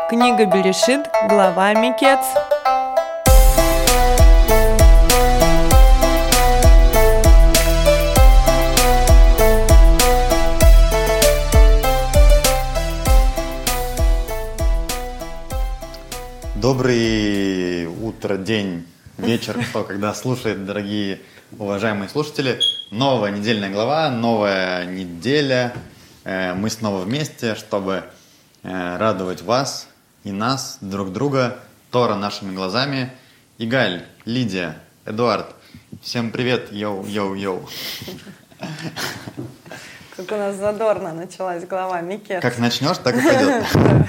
Книга Берешит, глава Микец. Добрый утро, день, вечер, кто когда слушает, дорогие уважаемые слушатели. Новая недельная глава, новая неделя. Мы снова вместе, чтобы радовать вас и нас, друг друга, Тора нашими глазами. Игаль, Лидия, Эдуард, всем привет, йоу-йоу-йоу. Как у нас задорно началась глава Микец. Как начнешь, так и пойдет.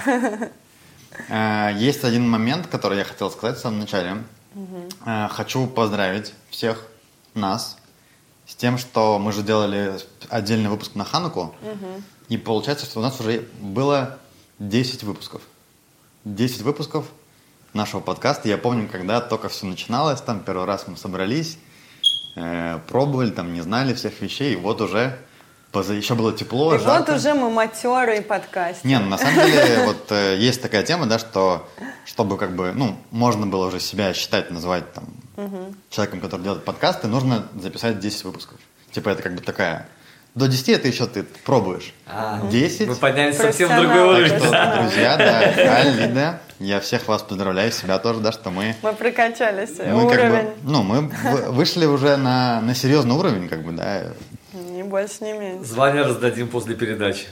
Есть один момент, который я хотел сказать в самом начале. Хочу поздравить всех нас с тем, что мы же делали отдельный выпуск на Хануку. И получается, что у нас уже было 10 выпусков. 10 выпусков нашего подкаста. Я помню, когда только все начиналось, там первый раз мы собрались, пробовали, там не знали всех вещей, и вот уже еще было тепло, и жарко. Вот уже мы матерые подкастеры. Не, на самом деле, вот есть такая тема, да, что чтобы как бы, можно было уже себя считать, называть там человеком, который делает подкасты, нужно записать 10 выпусков. Типа это как бы такая... До 10 это еще ты пробуешь. 10. Мы поднялись совсем в другой уровень. Так что, друзья, да, Галь, Лида, я всех вас поздравляю, себя тоже, да, что мы... Мы прокачались, мы уровень. Как бы, мы вышли уже на серьезный уровень, как бы, да. Ни больше, ни меньше. Звание раздадим после передачи.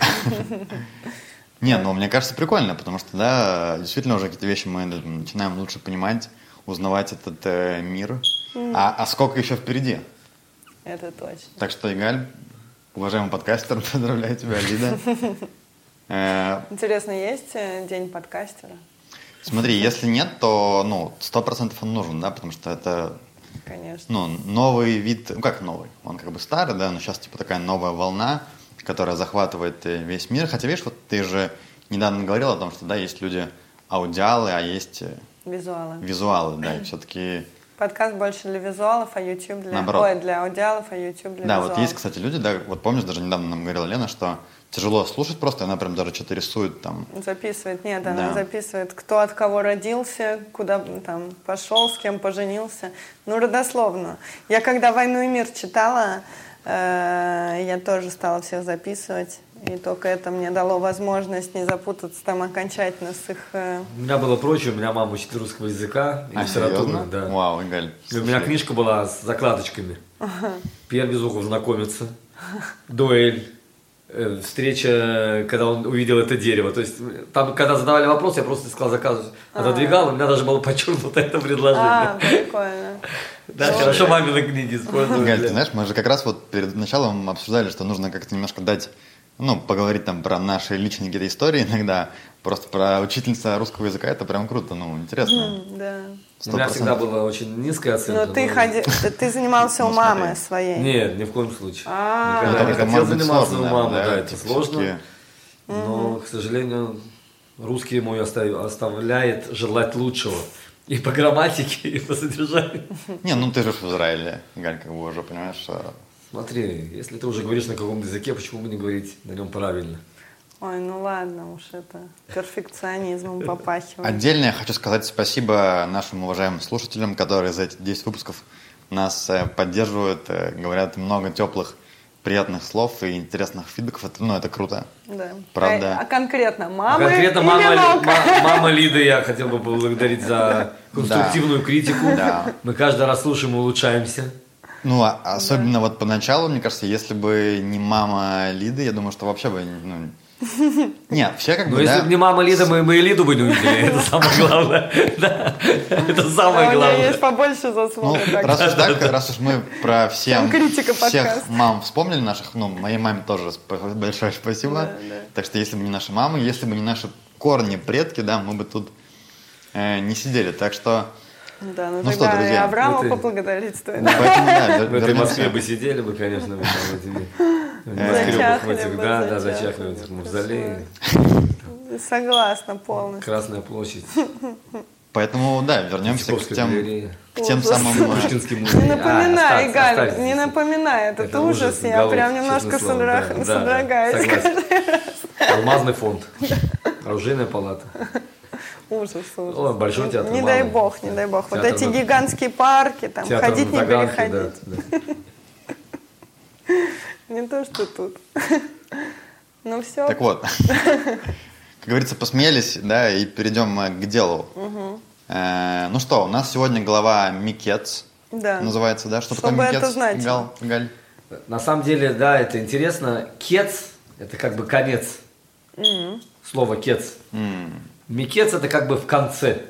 Не, мне кажется, прикольно, потому что, да, действительно уже какие-то вещи мы начинаем лучше понимать, узнавать этот мир. А сколько еще впереди? Это точно. Так что, Игаль, уважаемый подкастер, поздравляю тебя, Лида. Интересно, есть день подкастера? Смотри, если нет, то, 100% он нужен, да, потому что это... Конечно. Новый вид, как новый? Он как бы старый, да, но сейчас типа такая новая волна, которая захватывает весь мир. Хотя, видишь, вот ты же недавно говорил о том, что, да, есть люди аудиалы, а есть... Визуалы, да, и все-таки... Подкаст больше для визуалов, а YouTube для... Наоборот. Для аудиалов, а YouTube для да, визуалов. Вот есть, кстати, люди, да, вот помнишь, даже недавно нам говорила Лена, что тяжело слушать просто, она прям даже что-то рисует там. Записывает, нет, она записывает, кто от кого родился, куда там пошел, с кем поженился. Родословно. Я когда «Войну и мир» читала, я тоже стала всех записывать. И только это мне дало возможность не запутаться там окончательно с их... У меня было проще, у меня мама учит русского языка и литературу. Да. Вау, Игаль. У меня книжка была с закладочками. Пьер Безухов знакомится, дуэль, встреча, когда он увидел это дерево. То есть там, когда задавали вопрос, я просто искал заказ, отодвигал, у меня даже было подчеркнуто это предложение. Прикольно. Да, хорошо мамины книги использовали. Игаль, ты знаешь, мы же как раз вот перед началом обсуждали, что нужно как-то немножко дать... поговорить там про наши личные какие-то истории иногда, просто про учительница русского языка, это прям круто, интересно. Да. 100%. У меня всегда была очень низкая оценка. Но ты занимался у мамы своей? Нет, ни в коем случае. Никогда не хотел заниматься у мамы, да, это типа сложно. Но, к сожалению, русский мой оставляет желать лучшего. И по грамматике, и по содержанию. Ты же в Израиле, Галь, как бы уже понимаешь, что... Смотри, если ты уже говоришь на каком языке, почему бы не говорить на нем правильно? Ой, ладно уж, это перфекционизмом попахивает. Отдельно я хочу сказать спасибо нашим уважаемым слушателям, которые за эти 10 выпусков нас поддерживают, говорят много теплых, приятных слов и интересных фидбэков. Это круто. Да. Правда. А конкретно мамы мама Лиды я хотел бы поблагодарить за конструктивную критику. Да. Мы каждый раз слушаем и улучшаемся. Особенно вот поначалу, мне кажется, если бы не мама Лиды, я думаю, что вообще бы... Нет, все как бы, но если бы не мама Лида, мы и Лиду бы не увидели. Это самое главное. Это самое главное. У меня есть побольше заслуг. Раз уж мы про всех подкаста. мам вспомнили наших, моей маме тоже большое спасибо. Так что если бы не наши мамы, если бы не наши корни, предки, да, мы бы тут не сидели. Так что... Да, что, друзья, и Авраама поблагодарить стоит. В этой Москве бы сидели бы, конечно, в этих, зачахли в этих мавзолеях. Согласна полностью. Красная площадь. Поэтому, вернемся к тем самым... Не напоминай, Галь, не напоминай, этот ужас, я прям немножко содрогаюсь. Алмазный фонд, оружейная палата. Ужас. О, большой театр. Не дай бог, не дай бог. Вот эти гигантские парки, там, ходить не переходить. Не то, что тут. Ну все. Так вот, как говорится, посмеялись, да, и перейдем к делу. Ну что, у нас сегодня глава Микец называется, да? Что такое Микец? Это значило? Галь? На самом деле, да, это интересно. Кец – это как бы конец. Слово кец. Микец – это как бы в конце.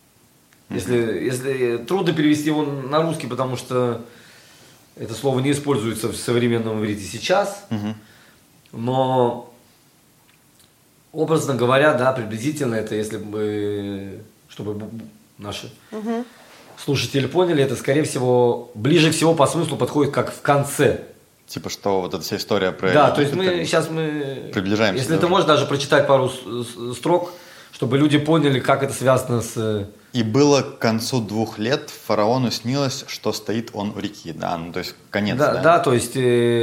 Если трудно перевести его на русский, потому что это слово не используется в современном иврите сейчас. Но, образно говоря, да, приблизительно это, если бы, чтобы наши слушатели поняли, это, скорее всего, ближе всего по смыслу подходит как в конце. Типа, что вот эта вся история про... Да, то есть мы сейчас приближаемся. Если это можно, даже прочитать пару строк, чтобы люди поняли, как это связано с... И было к концу 2 лет, фараону снилось, что стоит он у реки. Да, ну то есть конец, да? Да, то есть...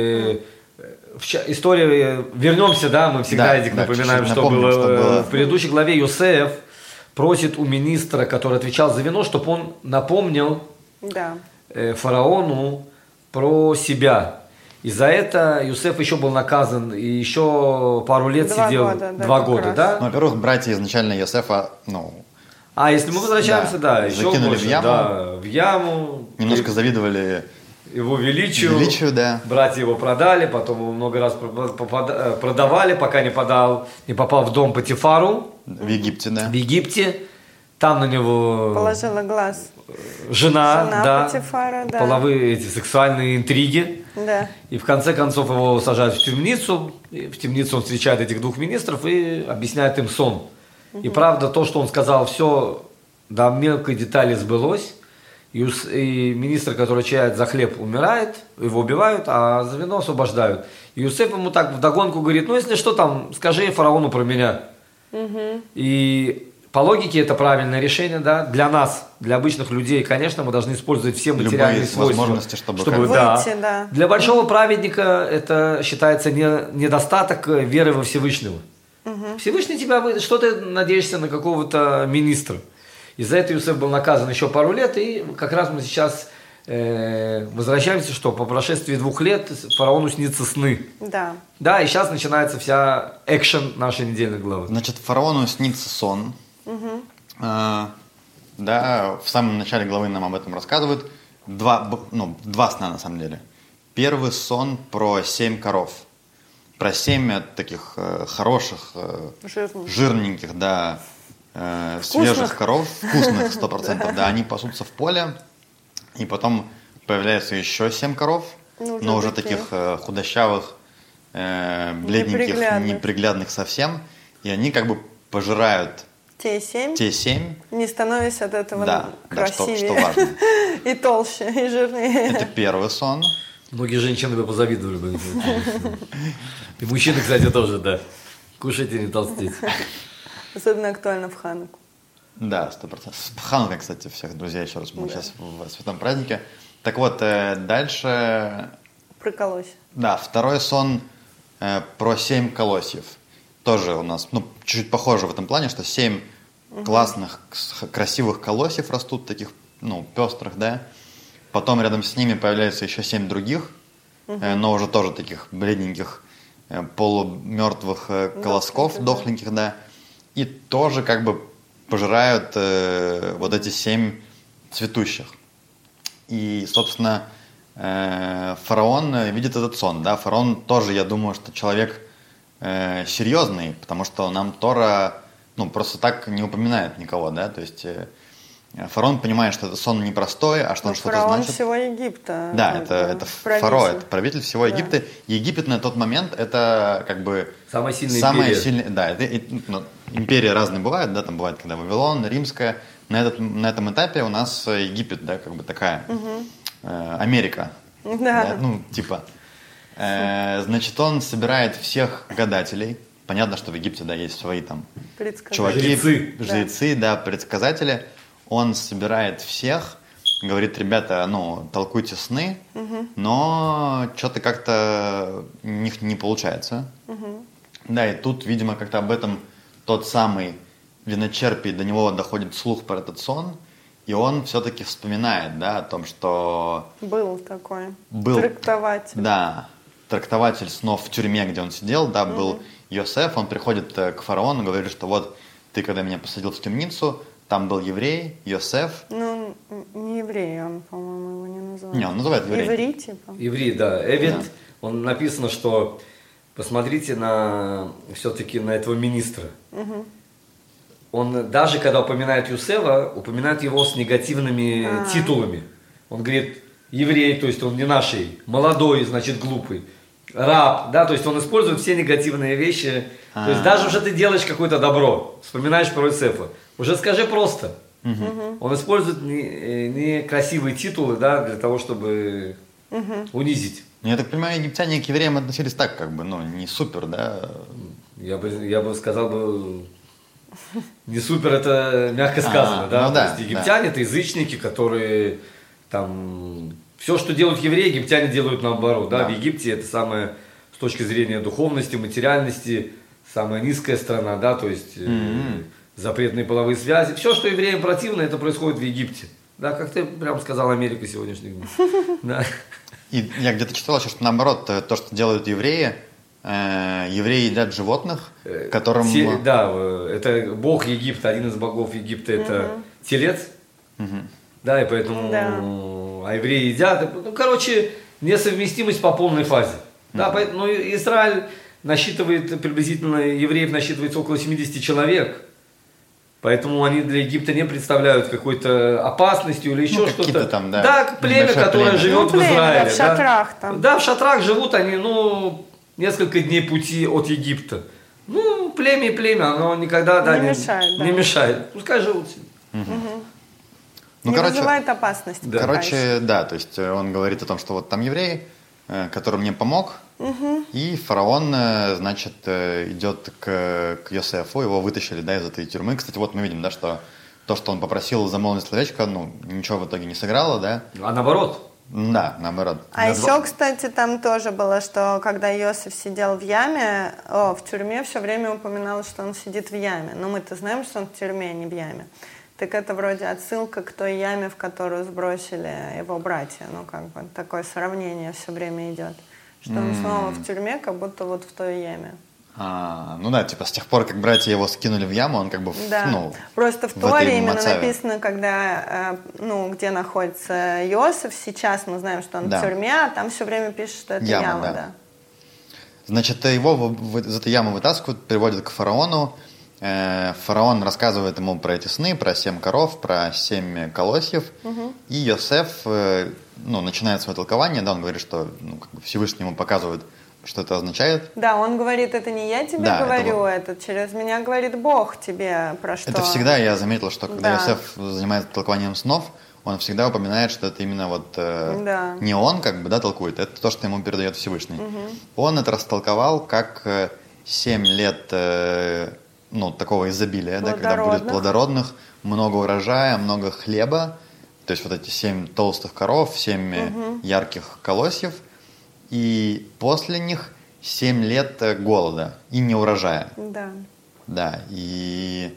История, вернемся, да, мы всегда напоминаем, что было в предыдущей главе. Йосеф просит у министра, который отвечал за вино, чтобы он напомнил фараону про себя. И за это Йосеф еще был наказан и еще пару лет сидел, 2 года, да? Ну, во-первых, братья изначально Йосефа, А если мы возвращаемся, еще закинули больше, в яму. Немножко завидовали его величию, да. Братья его продали, потом его много раз продавали, пока не попал в дом Потифару. В Египте, да. В Египте. Там на него положила глаз жена Потифара, да. Половые эти сексуальные интриги. Да. И в конце концов его сажают в темницу. И в темницу он встречает этих 2 министров и объясняет им сон. И правда, то, что он сказал, все до мелкой детали сбылось. И министр, который отвечает за хлеб, умирает, его убивают, а за вино освобождают. И Йосеф ему так вдогонку говорит: ну если что там, скажи фараону про меня. И по логике это правильное решение, да, для нас, для обычных людей, конечно, мы должны использовать все материальные свойства, возможности, чтобы выйти, да. Для большого праведника это считается недостаток веры во Всевышнего. Всевышний тебя, что ты надеешься на какого-то министра? Из-за этого Йосеф был наказан еще пару лет, и как раз мы сейчас возвращаемся, что по прошествии 2 лет фараону снится сны. Да. Да, и сейчас начинается вся экшен нашей недельной главы. Значит, фараону снится сон. Да, в самом начале главы нам об этом рассказывают. 2 сна на самом деле. Первый сон про 7 коров. Про 7 таких хороших, жирненьких, да, свежих коров, вкусных 100%, да, они пасутся в поле, и потом появляется еще 7 коров, но уже таких худощавых, бледненьких, неприглядных совсем, и они как бы пожирают те 7, не становясь от этого красивее, что важно. И толще, и жирнее. Это первый сон. Многие женщины бы позавидовали бы. И мужчины, кстати, тоже, да. Кушайте, не толстеть. Особенно актуально в Хануку. Да, 100%. Ханука, кстати, всех друзей еще раз. Мы сейчас в святом празднике. Так вот, дальше... Проколось. Да, второй сон про 7 колосьев. Тоже у нас, чуть-чуть похоже в этом плане, что 7 классных, красивых колосьев растут, таких, пестрых, да. Потом рядом с ними появляется еще 7 других, но уже тоже таких бледненьких, полумертвых колосков, дохленьких, да. И тоже как бы пожирают вот эти 7 цветущих. И, собственно, фараон видит этот сон, да. Фараон тоже, я думаю, что человек серьезный, потому что нам Тора, просто так не упоминает никого, да. То есть фараон понимает, что это сон непростой, а что он что-то значит. Фараон всего Египта. Да, это фараон, это правитель всего Египта. Египет на тот момент это как бы самая сильная империя. Да, империи разные бывают, да, там бывает, когда Вавилон, Римская. На этом этапе у нас Египет, да, как бы такая Америка. Да. Типа. Значит, он собирает всех гадателей. Понятно, что в Египте, да, есть свои там чуваки, жрецы, да, предсказатели. Он собирает всех, говорит: ребята, толкуйте сны, но что-то как-то у них не получается. Да, и тут, видимо, как-то об этом тот самый виночерпий, до него доходит слух про этот сон, и он все-таки вспоминает, да, о том, что... Был такой. Был, трактователь. Да, трактователь снов в тюрьме, где он сидел, да, был Йосеф, он приходит к фараону, говорит, что вот ты, когда меня посадил в темницу, там был еврей, Йосеф. Ну, не еврей, он, по-моему, его не называет. Не, он называет еврей. Еврей, типа. Еврей, да. Эвид, Да. он написано, что посмотрите все-таки на этого министра. Он даже когда упоминает Юсефа, упоминает его с негативными титулами. Он говорит, еврей, то есть он не наший, молодой, значит глупый, раб, да, то есть он использует все негативные вещи. То есть даже уже ты делаешь какое-то добро, вспоминаешь про Юсефа, уже скажи просто. Он использует некрасивые титулы, да, для того, чтобы унизить. Ну, я так понимаю, египтяне к евреям относились так, как бы, ну, не супер, да? Я бы сказал, не супер, это мягко сказано, да? Ну, То есть египтяне это язычники, которые там все, что делают евреи, египтяне делают наоборот, да? В Египте это самое, с точки зрения духовности, материальности, самая низкая страна, да, то есть запретные половые связи. Все, что евреям противно, это происходит в Египте. Да, как ты прям сказал, Америка сегодняшних дней. Да. И я где-то читал еще, что наоборот, то, что делают евреи, евреи едят животных, которым... Да, это бог Египта, один из богов Египта, это телец. Да, и поэтому... А евреи едят. Ну, короче, несовместимость по полной фазе. Да, поэтому Израиль насчитывает приблизительно, евреев насчитывается около 70 человек. Поэтому они для Египта не представляют какой-то опасности или еще что-то. Там, да. Да, племя, которое живет в Израиле. Да, в шатрах там. Да, в шатрах живут они, несколько дней пути от Египта. Ну, племя, оно никогда не мешает. Пускай живут себе. Ну, не вызывает опасности. Да. Короче, да, то есть он говорит о том, что вот там еврей, который мне помог, и фараон, значит, идет к Йосефу, его вытащили, да, из этой тюрьмы. Кстати, вот мы видим, да, что то, что он попросил замолвить словечко, ничего в итоге не сыграло, да. А наоборот. Да, наоборот. Еще, кстати, там тоже было, что когда Иосиф сидел в яме, в тюрьме все время упоминалось, что он сидит в яме. Но мы-то знаем, что он в тюрьме, а не в яме. Так это вроде отсылка к той яме, в которую сбросили его братья. Ну, как бы такое сравнение все время идет. Что он снова в тюрьме, как будто вот в той яме. Ну да, типа с тех пор, как братья его скинули в яму, он как бы, просто в Торе именно написано, когда, где находится Иосиф, сейчас мы знаем, что он в тюрьме, а там все время пишет, что это яма, да. Значит, его из этой ямы вытаскивают, приводят к фараону. Фараон рассказывает ему про эти сны, про 7 коров, про 7 колосьев. И Йосеф, начинает свое толкование, да, он говорит, что Всевышний ему показывает, что это означает. Да, он говорит, это не я тебе говорю, это через меня говорит Бог тебе про что. Это всегда я заметил, что когда Йосеф занимается толкованием снов, он всегда упоминает, что это именно не он как бы, да, толкует, это то, что ему передает Всевышний. Он это растолковал как 7 лет такого изобилия, да, когда будет плодородных, много урожая, много хлеба, то есть вот эти 7 толстых коров, 7 ярких колосьев, и после них 7 лет голода и неурожая. Да. Да, и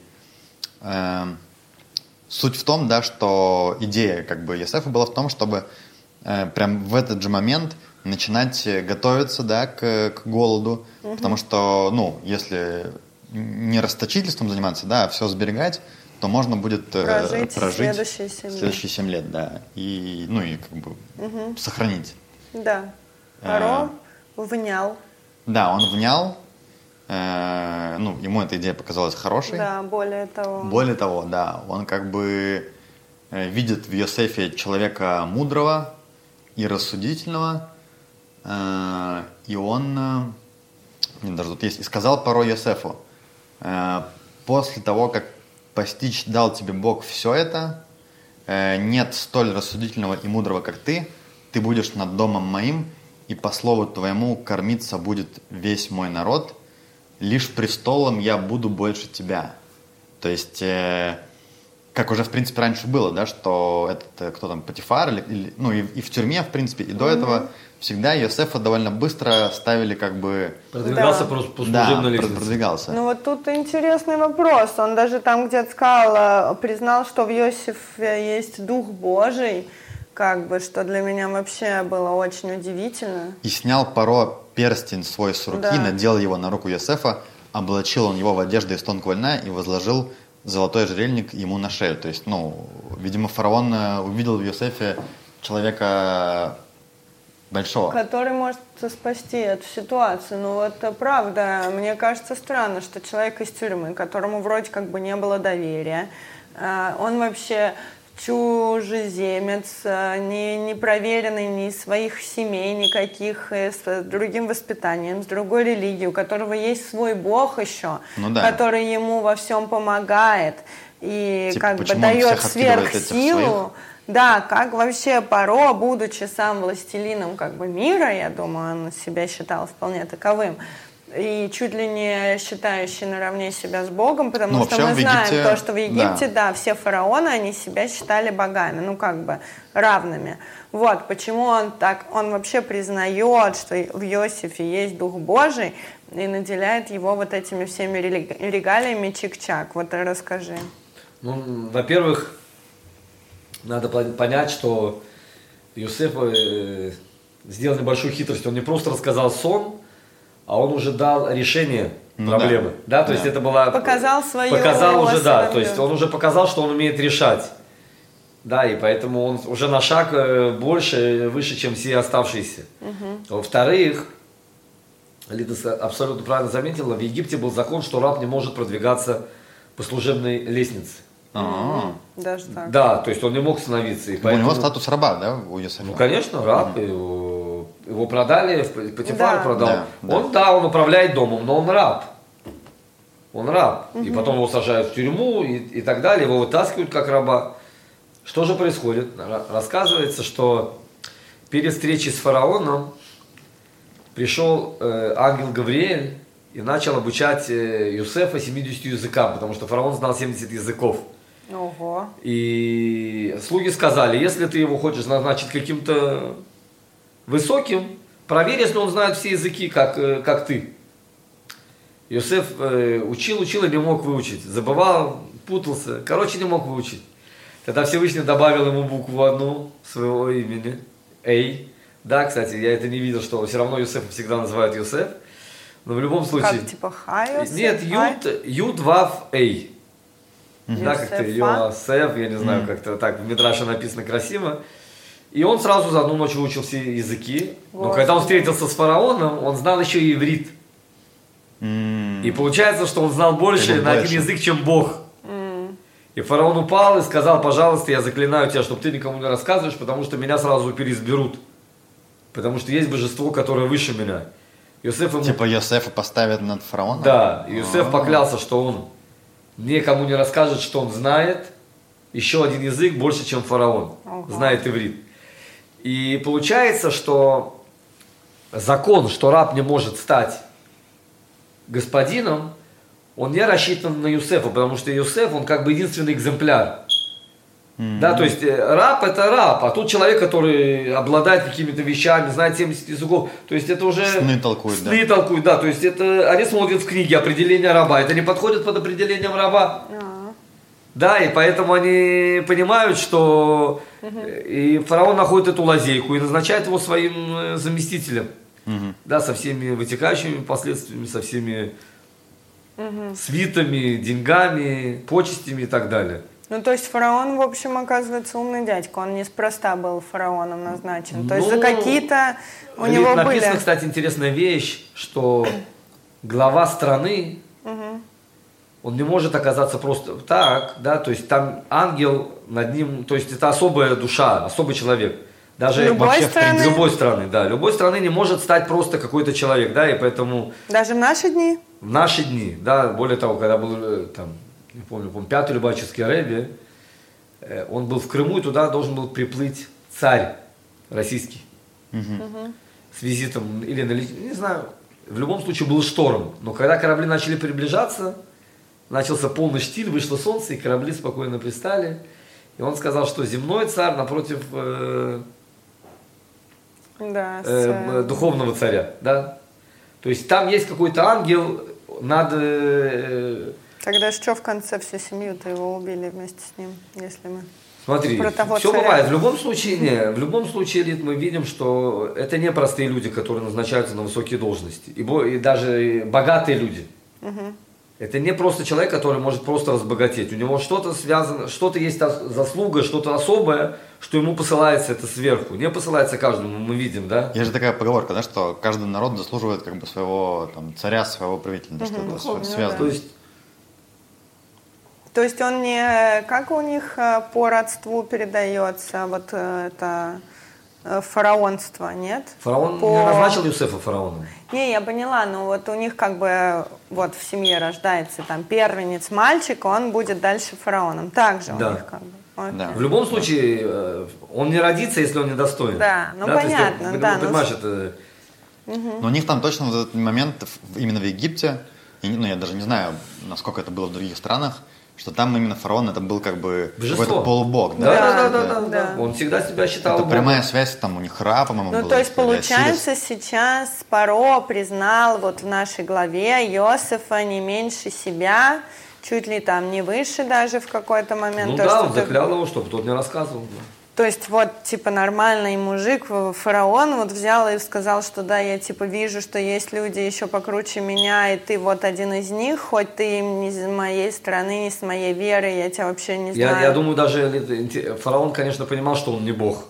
суть в том, да, что идея как бы Йосефа была в том, чтобы прям в этот же момент начинать готовиться, да, к голоду, потому что, если не расточительством заниматься, да, а все сберегать, то можно будет прожить следующие 7 лет, да, и как бы сохранить. Да. Паро внял. Да, он внял. Ему эта идея показалась хорошей. Да, более того. Более того, да, он как бы видит в Йосефе человека мудрого и рассудительного, и он, даже тут есть, и сказал Паро Йосефу: после того, как постичь дал тебе Бог все это, нет столь рассудительного и мудрого, как ты будешь над домом моим, и по слову твоему кормиться будет весь мой народ, лишь престолом я буду больше тебя. То есть как уже, в принципе, раньше было, да, что этот, кто там, Потифар, ну, и в тюрьме, в принципе, и до этого всегда Йосефа довольно быстро ставили как бы... Продвигался по служебной лестнице. Продвигался. Ну вот тут интересный вопрос. Он даже там где-то сказал, признал, что в Иосифе есть Дух Божий, как бы, что для меня вообще было очень удивительно. И снял Паро перстень свой с руки, надел его на руку Йосефа, облачил он его в одежды из тонкого льна и возложил золотой ожерельник ему на шею. То есть, ну, видимо, фараон увидел в Йосефе человека большого. Который может спасти эту ситуацию. Ну вот правда, мне кажется странно, что человек из тюрьмы, которому вроде как бы не было доверия, он вообще чужеземец, не проверенный ни из своих семей никаких, с другим воспитанием, с другой религией, у которого есть свой Бог еще, который ему во всем помогает и типа, как бы дает сверхсилу. Да, как вообще Паро, будучи сам властелином как бы мира, я думаю, он себя считал вполне таковым, и чуть ли не считающий наравне себя с Богом, потому что мы знаем то, что в Египте, все фараоны, они себя считали богами, ну как бы равными. Вот, почему он вообще признает, что в Иосифе есть Дух Божий и наделяет его вот этими всеми регалиями чик-чак. Вот расскажи. Ну, во-первых, надо понять, что Йосеф сделал небольшую хитрость. Он не просто рассказал сон, а он уже дал решение проблемы. Да, то есть это была... Показал свое... то есть он уже показал, что он умеет решать. Да, и поэтому он уже на шаг выше, чем все оставшиеся. Во-вторых, Лида абсолютно правильно заметила, в Египте был закон, что раб не может продвигаться по служебной лестнице. Даже так. Да, то есть он не мог становиться. И поэтому... У него статус раба, да, у Йосефа? Ну, конечно, раб. Его продали, Потифар продал. Он управляет домом, но он раб. Он раб. И потом его сажают в тюрьму и так далее, его вытаскивают как раба. Что же происходит? Рассказывается, что перед встречей с фараоном пришел ангел Гавриэль и начал обучать Йосефа 70 языкам, потому что фараон знал 70 языков. Ого. И слуги сказали, если ты его хочешь назначить каким-то высоким, проверь, если он знает все языки, как ты. Йосеф учил и не мог выучить. Забывал, путался. Короче, не мог выучить. Тогда Всевышний добавил ему букву одну своего имени. Эй. Да, кстати, я это не видел, что все равно Йосефа всегда называют Йосеф. Но в любом случае... Как, типа Хайос? Нет, Юд, Вав, Эй. Да, как-то Йосеф, я не знаю, как-то так, в Мидраше написано красиво. И он сразу за одну ночь выучил все языки. Но когда он встретился с фараоном, он знал еще и иврит. И получается, что он знал больше на один язык, чем Бог. И фараон упал и сказал, пожалуйста, я заклинаю тебя, чтобы ты никому не рассказываешь, потому что меня сразу переизберут. Потому что есть божество, которое выше меня. Типа Йосефа поставят над фараоном? Да, Йосеф поклялся, что он никому не расскажет, что он знает еще один язык больше, чем фараон. Знает иврит. И получается, что закон, что раб не может стать господином, он не рассчитан на Йосефа, потому что Йосеф, он как бы единственный экземпляр. Да, то есть раб это раб, а тут человек, который обладает какими-то вещами, знает 70 языков, то есть это уже... Сны толкуют, да, то есть это, они смотрят в книге определение раба, это не подходит под определением раба. Да, и поэтому они понимают, что и фараон находит эту лазейку и назначает его своим заместителем. Да, со всеми вытекающими последствиями, со всеми свитами, деньгами, почестями и так далее. Ну, то есть фараон, в общем, оказывается, умный дядька. Он неспроста был фараоном назначен. То есть за какие-то у него были... Написана, кстати, интересная вещь, что глава страны, он не может оказаться просто так, да, то есть там ангел над ним, то есть это особая душа, особый человек. Даже любой страны, да. Любой страны не может стать просто какой-то человек, да, и поэтому... Даже в наши дни? В наши дни, да, более того, когда был, там, не помню, Пятый Любавический рэбби, он был в Крыму, и туда должен был приплыть царь российский с визитом, или, не знаю, в любом случае был шторм, но когда корабли начали приближаться, начался полный штиль, вышло солнце, и корабли спокойно пристали. И он сказал, что земной царь напротив духовного царя. Да? То есть там есть какой-то ангел над... Тогда что в конце всю семью-то его убили вместе с ним, если мы... Смотри, все царя. Бывает. В любом случае, Лид, мы видим, что это не простые люди, которые назначаются на высокие должности. И даже богатые люди. Угу. Это не просто человек, который может просто разбогатеть. У него что-то связано, что-то есть заслуга, что-то особое, что ему посылается это сверху. Не посылается каждому, мы видим, да? Есть же такая поговорка, да, что каждый народ заслуживает как бы своего там, царя, своего правителя. Угу. Что-то связано. Да. То есть он не, как у них по родству передается вот это фараонство, нет? Фараон не назначил Юсефа фараоном? Не, я поняла, но вот у них как бы вот в семье рождается там первенец мальчик, он будет дальше фараоном. Так же у них как бы. Да. В любом случае, он не родится, если он недостоин. Да, ну да, понятно. Есть, да, понимаешь, это... Но у них там точно в этот момент, именно в Египте, ну я даже не знаю, насколько это было в других странах, что там именно фараон это был как бы какой-то полубог. Да. Он всегда себя считал это богом. Прямая связь там у них Ра, по-моему, была. Ну, то есть, получается, сейчас Паро признал вот в нашей главе Иосифа не меньше себя, чуть ли там не выше даже в какой-то момент. Ну да, он заклял его, чтобы тот не рассказывал. То есть вот, типа, нормальный мужик, фараон, вот взял и сказал, что да, я, типа, вижу, что есть люди еще покруче меня, и ты вот один из них, хоть ты не из моей страны, не с моей веры, я тебя вообще не знаю. Я думаю, даже фараон, конечно, понимал, что он не бог.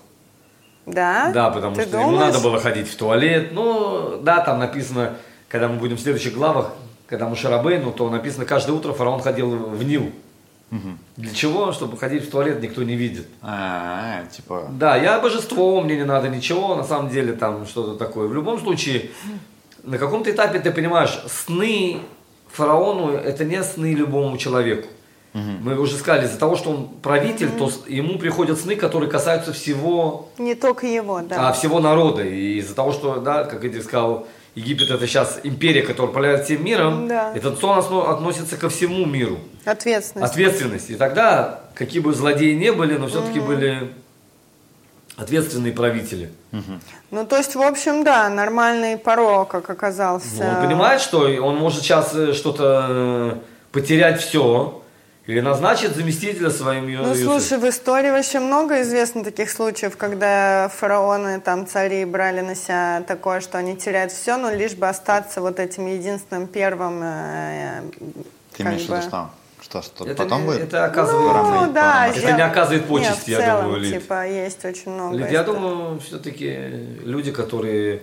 Да? Да, потому что ему надо было ходить в туалет. Ну, да, там написано, когда мы будем в следующих главах, когда Моше Рабейну, то написано, каждое утро фараон ходил в Нил. Угу. Для чего? Чтобы ходить в туалет никто не видит. Типа... Да, я божество, мне не надо ничего, на самом деле там что-то такое. В любом случае, на каком-то этапе ты понимаешь, сны фараону это не сны любому человеку. Угу. Мы уже сказали, из-за того, что он правитель, то ему приходят сны, которые касаются всего... Не только его, да. А всего народа. И из-за того, что, да, как Эдик сказал, Египет это сейчас империя, которая управляет всем миром, этот сон относится ко всему миру. Ответственность. И тогда, какие бы злодеи не были, но все-таки были ответственные правители. Ну, то есть, в общем, да, нормальный Паро, как оказался. Ну, он понимает, что он может сейчас что-то потерять все, или назначит заместителя своим Ну, слушай, в истории вообще много известно таких случаев, когда фараоны, там, цари брали на себя такое, что они теряют все, но лишь бы остаться вот этим единственным первым. Ты имеешь в виду что? Что это потом будет? Это оказывает, это не оказывает почести, я думаю, в целом, типа, есть очень много. Лид, я думаю, все-таки люди, которые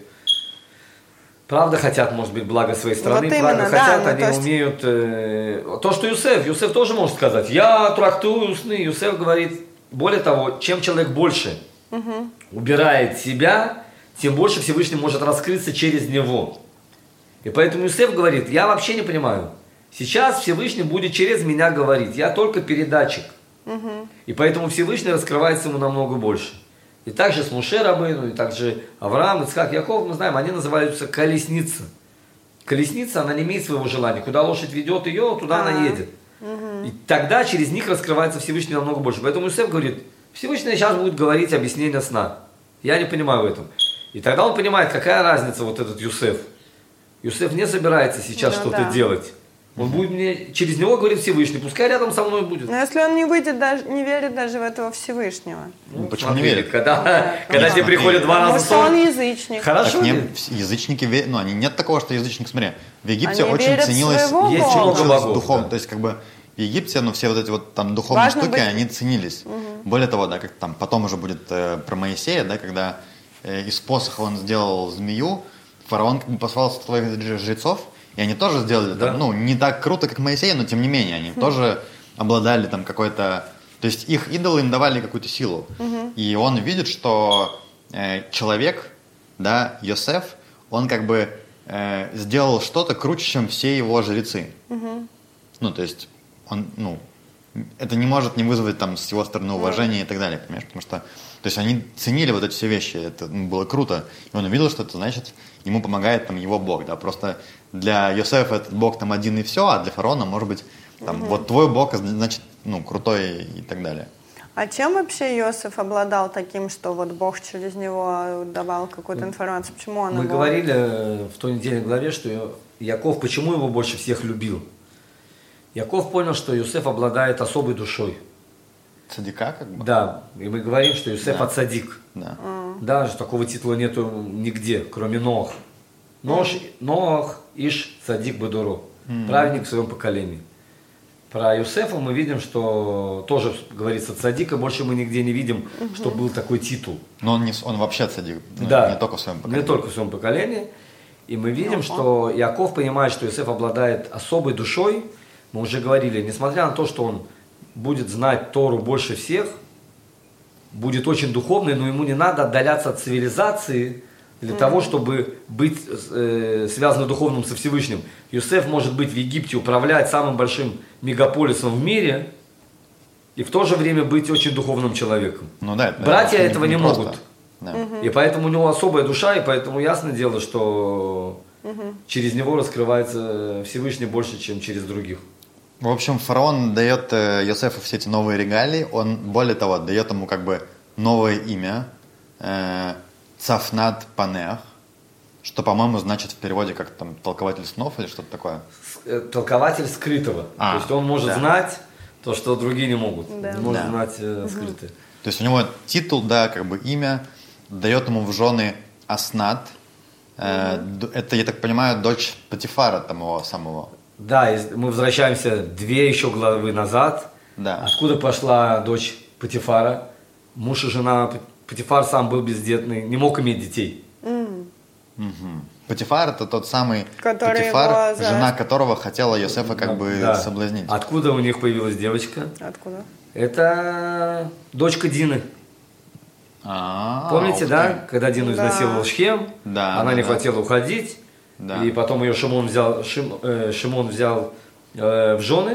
правда хотят, может быть, благо своей страны, вот правда хотят, они умеют... То, что Юсеф тоже может сказать. Я трактую сны. Юсеф говорит, более того, чем человек больше убирает себя, тем больше Всевышний может раскрыться через него. И поэтому Юсеф говорит, я вообще не понимаю. Сейчас Всевышний будет через меня говорить. Я только передатчик. И поэтому Всевышний раскрывается ему намного больше. И также с Моше Рабейну, и также Авраам, Ицхак, Яков, мы знаем, они называются колесница. Колесница, она не имеет своего желания. Куда лошадь ведет ее, туда она едет. И тогда через них раскрывается Всевышний намного больше. Поэтому Юсеф говорит, Всевышний сейчас будет говорить объяснение сна. Я не понимаю в этом. И тогда он понимает, какая разница вот этот Юсеф. Юсеф не собирается сейчас что-то делать. Он будет мне, через него говорит Всевышний, пускай рядом со мной будет. Но если он не выйдет, даже, не верит даже в этого Всевышнего. Ну, почему не верит? Когда тебе приходят два раза сон. Может, он язычник. Хорошо. Язычники верят, ну, нет такого, что язычник, смотри, в Египте очень ценилось духовно, то есть как бы в Египте, ну, все вот эти вот там духовные штуки, они ценились. Более того, да, как там потом уже будет про Моисея, да, когда из посоха он сделал змею, фараон послал своих жрецов, и они тоже сделали, там, ну, не так круто, как Моисей, но тем не менее, они тоже обладали там какой-то... То есть их идолы им давали какую-то силу. И он видит, что человек, да, Йосеф, он как бы сделал что-то круче, чем все его жрецы. Ну, то есть, он, ну, это не может не вызвать там с его стороны уважения и так далее, понимаешь? Потому что, то есть, они ценили вот эти все вещи, это было круто. И он увидел, что это значит, ему помогает там его Бог, да, просто для Йосефа этот Бог там один и все, а для фараона, может быть, Там, вот твой Бог, значит, ну, крутой и так далее. А чем вообще Иосиф обладал таким, что вот Бог через него давал какую-то информацию? Почему он Мы его... говорили в той недельной главе, что Яков, почему его больше всех любил? Яков понял, что Иосиф обладает особой душой. Цадика, как бы? Да, и мы говорим, что Иосиф от цадик. Да. Да, такого титула нету нигде, кроме Ноах. Ноах иш цадик бедуро, праведник в своем поколении. Про Иосифа мы видим, что тоже говорится цадик, и больше мы нигде не видим, что был такой титул. Но он вообще цадик, да, не только в своем поколении. Не только в своем поколении. И мы видим, что Яков понимает, что Иосиф обладает особой душой. Мы уже говорили, несмотря на то, что он будет знать Тору больше всех, будет очень духовный, но ему не надо отдаляться от цивилизации для того, чтобы быть связанным духовным со Всевышним. Иосиф может быть в Египте, управлять самым большим мегаполисом в мире, и в то же время быть очень духовным человеком. Ну, да, братья этого не просто. могут. Да. И поэтому у него особая душа, и поэтому ясно дело, что через него раскрывается Всевышний больше, чем через других. В общем, фараон дает Йосефу все эти новые регалии, он, более того, дает ему как бы новое имя, Цафнат Панеах, что, по-моему, значит в переводе как там толкователь снов или что-то такое. Толкователь скрытого. То есть он может знать то, что другие не могут. Да. Он может знать скрытое. То есть у него титул, да, как бы имя, дает ему в жены Аснат. Это, я так понимаю, дочь Патифара того самого. Да, мы возвращаемся 2 еще главы назад. Да. Откуда пошла дочь Патифара? Муж и жена. Патифар сам был бездетный, не мог иметь детей. Патифар это тот самый Который Патифар, его жена которого хотела Йосефа как бы соблазнить. Откуда у них появилась девочка? Откуда? Это дочка Дины. Помните, да? Когда Дину изнасиловал Шхем, она не хотела уходить, и потом ее Шимон взял в жены.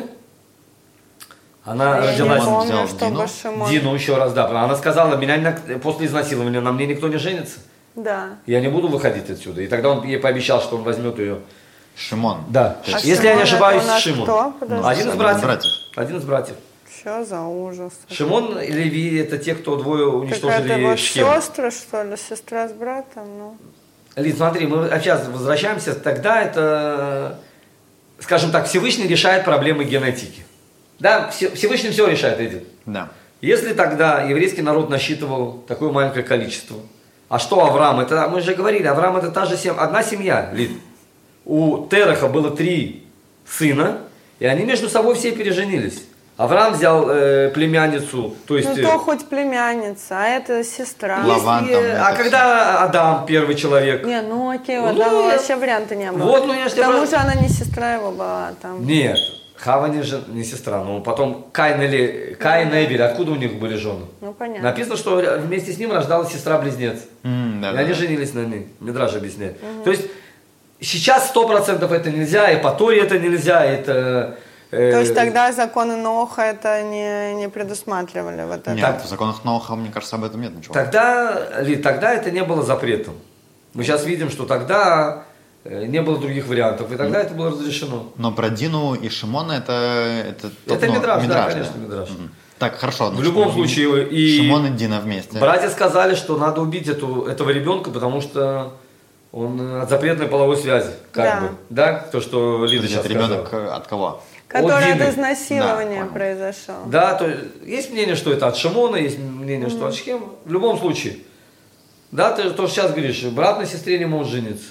Она родилась. Дину еще раз, да. Она сказала, после изнасилования на мне никто не женится. Да. Я не буду выходить отсюда. И тогда он ей пообещал, что он возьмет ее. Шимон. Да. Если я не ошибаюсь, Шимон. Один из братьев. Один из братьев. Что за ужас? Шимон и Леви это те, кто двое уничтожили вот Шхем. сестры, что ли, сестра с братом? Ну. Лид, смотри, мы сейчас возвращаемся, тогда это, скажем так, Всевышний решает проблемы генетики. Да, Всевышний все решает, Эдит. Да. Если тогда еврейский народ насчитывал такое маленькое количество, а что Авраам? Это, мы же говорили, Авраам это та же одна семья, Лид. У Тераха было 3 сына, и они между собой все переженились. Авраам взял племянницу, то есть... Ну, то хоть племянница, а это сестра. Лаван, там, когда Адам, первый человек? Не, ну окей, у Адама вообще варианта не было. Вот, ну, я Потому что она не сестра его была там. Нет, Хава не сестра, но потом Каин и Эбель, откуда у них были жены? Ну, понятно. Написано, что вместе с ним рождалась сестра-близнец. И они женились на ней, Мидраш объясняет. То есть сейчас 100% это нельзя, и по Торе это нельзя, это... То есть тогда законы Ноха это не предусматривали? Вот это. Нет, в законах Ноха, мне кажется, об этом нет ничего. Тогда это не было запретом. Мы сейчас видим, что тогда не было других вариантов, и тогда это было разрешено. Но про Дину и Шимона это Мидраш, да, конечно, Мидраш. Так, хорошо. В любом случае, и Шимон и Дина вместе. Братья сказали, что надо убить этого ребенка, потому что он от запретной половой связи, как бы. Да, то, что Лида сейчас сказала. Ребенок от кого? Который от изнасилования произошел. Да, то есть мнение, что это от Шимона, есть мнение, что от Шхема. В любом случае. Да, ты тоже сейчас говоришь, брат на сестре не может жениться.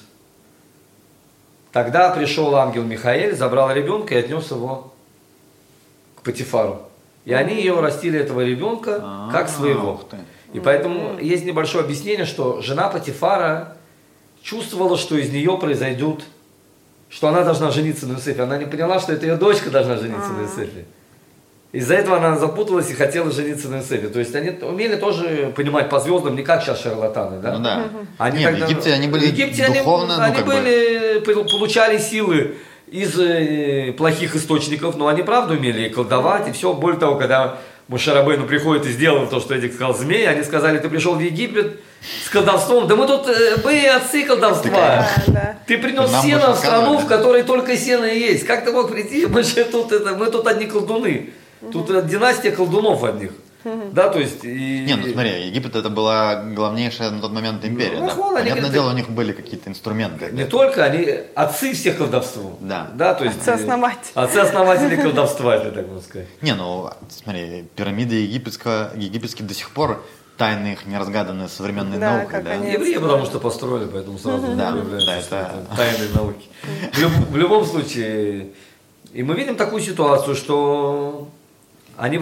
Тогда пришел ангел Михаэль, забрал ребенка и отнес его к Патифару. И они ее растили, этого ребенка, как своего. И поэтому есть небольшое объяснение, что жена Патифара чувствовала, что из нее произойдут, что она должна жениться на Иосифе. Она не поняла, что это ее дочка должна жениться на Иосифе. Из-за этого она запуталась и хотела жениться на Иосифе. То есть они умели тоже понимать по звездам, не как сейчас шарлатаны. Да? Ну да. Они Нет, в Египте они были духовно, получали силы из плохих источников, но они правда умели колдовать и все. Более того, когда Моше Рабейну приходит и сделал то, что Эдик сказал змей, они сказали, ты пришел в Египет с колдовством. Да мы тут были отцы колдовства. Ты принес Нам сено можно в страну, сказать, в которой только сено и есть. Как ты мог прийти? Мы тут одни колдуны. Тут династия колдунов одних. Да, то есть... Не, ну смотри, Египет это была главнейшая на тот момент империя. Ну, да. ладно, Понятное дело, у них были какие-то инструменты. Не только, они отцы всех колдовству. Да. Да, то есть... Отцы-основатели. Отцы-основатели колдовства, если так можно сказать. Не, ну смотри, пирамиды египетские до сих пор тайны их не разгаданы современной Да, наукой. как Да? они- Евреи потому что построили, поэтому сразу Да, появляется, да, что это- это тайны науки. В любом случае, и мы видим такую ситуацию, что они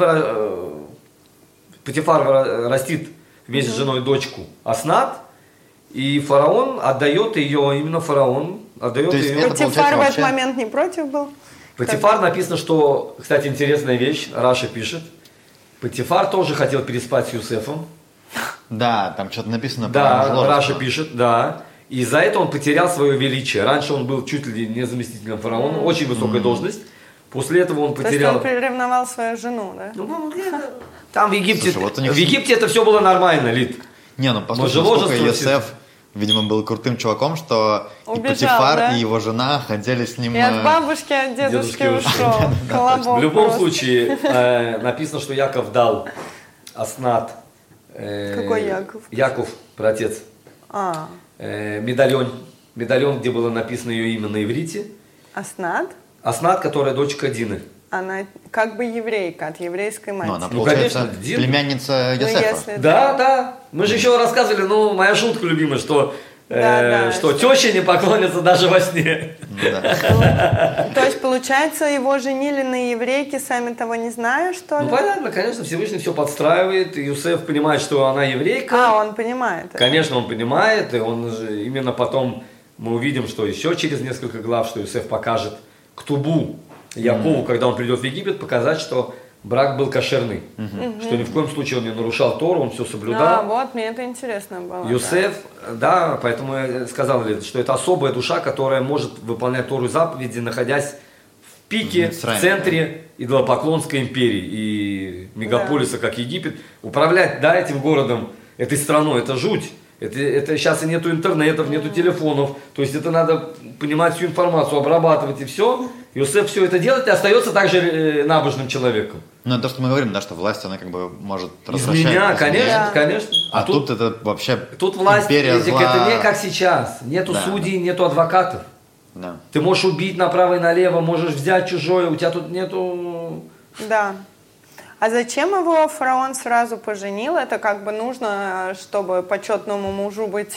Патифар растит вместе с женой дочку Аснат, и фараон отдает ее, именно фараон отдает То есть ее. это Патифар получается в этот вообще- момент не против был? Патифар написано, что, кстати, интересная вещь, Раша пишет, Патифар тоже хотел переспать с Юсефом. Да, там что-то написано про Да, мужеложество. Раша пишет, да. И за это он потерял свое величие. Раньше он был чуть ли не заместителем фараона, очень высокая должность. После этого он То есть потерял... он приревновал свою жену, да? Там в Египте, Слушай, вот у них- в Египте это все было нормально, Лид. Не, ну послушай, Мужеложество насколько все- Йосеф, видимо, был крутым чуваком, что Убежал, и Патифар, да? и его жена ходили с ним... И от бабушки, от дедушки Дедушки ушел. Колобок В любом просто. случае, написано, что Яков дал Аснат. Какой Яков? Яков, праотец. А, Медальон, где было написано ее имя на иврите. Аснат? Аснат, которая дочка Дины. Она как бы еврейка, от еврейской матери. Ну, она, Ну, получается, конечно, Дин. племянница Ну, Йосефа. если Да, да. Мы же еще рассказывали, ну, моя шутка любимая, что, Да, что что- теща не поклонится даже во сне. Ну, да. То есть, получается, его женили на еврейке, сами того не зная, что ли? Ну, понятно, конечно, Всевышний все подстраивает, и Юсеф понимает, что она еврейка. А, он понимает. это. Конечно, он понимает, и он же именно потом мы увидим, что еще через несколько глав, что Юсеф покажет Ктубу Якову, когда он придет в Египет, показать, что брак был кошерный, что ни в коем случае он не нарушал Тору, он все А, соблюдал. вот, мне это интересно было. Юсеф, да, поэтому я сказал, что это особая душа, которая может выполнять Тору и заповеди, находясь в пике, В Мицраиме, в центре идолопоклонской империи и мегаполиса, как Египет. Управлять, да, этим городом, этой страной, это жуть. Это сейчас и нету интернетов, нету телефонов, то есть это надо понимать всю информацию, обрабатывать и все. Юсеф все это делает и остается также набожным человеком. Ну, это то, что мы говорим, да, что власть, она как бы может Из развращать, меня, изменять. конечно, Да. конечно. А тут это вообще Тут власть, империя Эдик, зла. это не как сейчас. Нету Да. судей, нету адвокатов. Да. Ты можешь убить направо и налево, можешь взять чужое, у тебя тут нету... Да. А зачем его фараон сразу поженил? Это как бы нужно, чтобы почетному мужу быть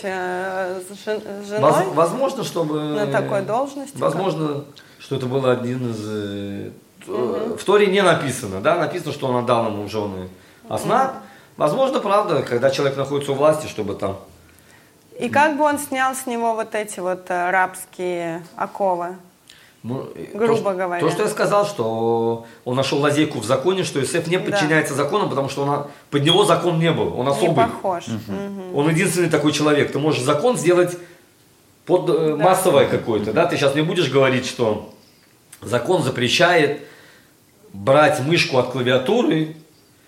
с женой Возможно, чтобы... на такой должности? Возможно, что это был один из... В Торе не написано, да? Написано, что он отдал ему в жены Аснат. Возможно, правда, когда человек находится у власти, чтобы там... И как бы он снял с него вот эти вот рабские оковы? Ну, Грубо то, говоря. То, что я сказал, что он нашел лазейку в законе, что Иосиф не подчиняется законам, потому что под него закон не был, он Не особый. похож. Мгм. Он единственный такой человек. Ты можешь закон сделать под массовое какое-то, да? Ты сейчас не будешь говорить, что закон запрещает брать мышку от клавиатуры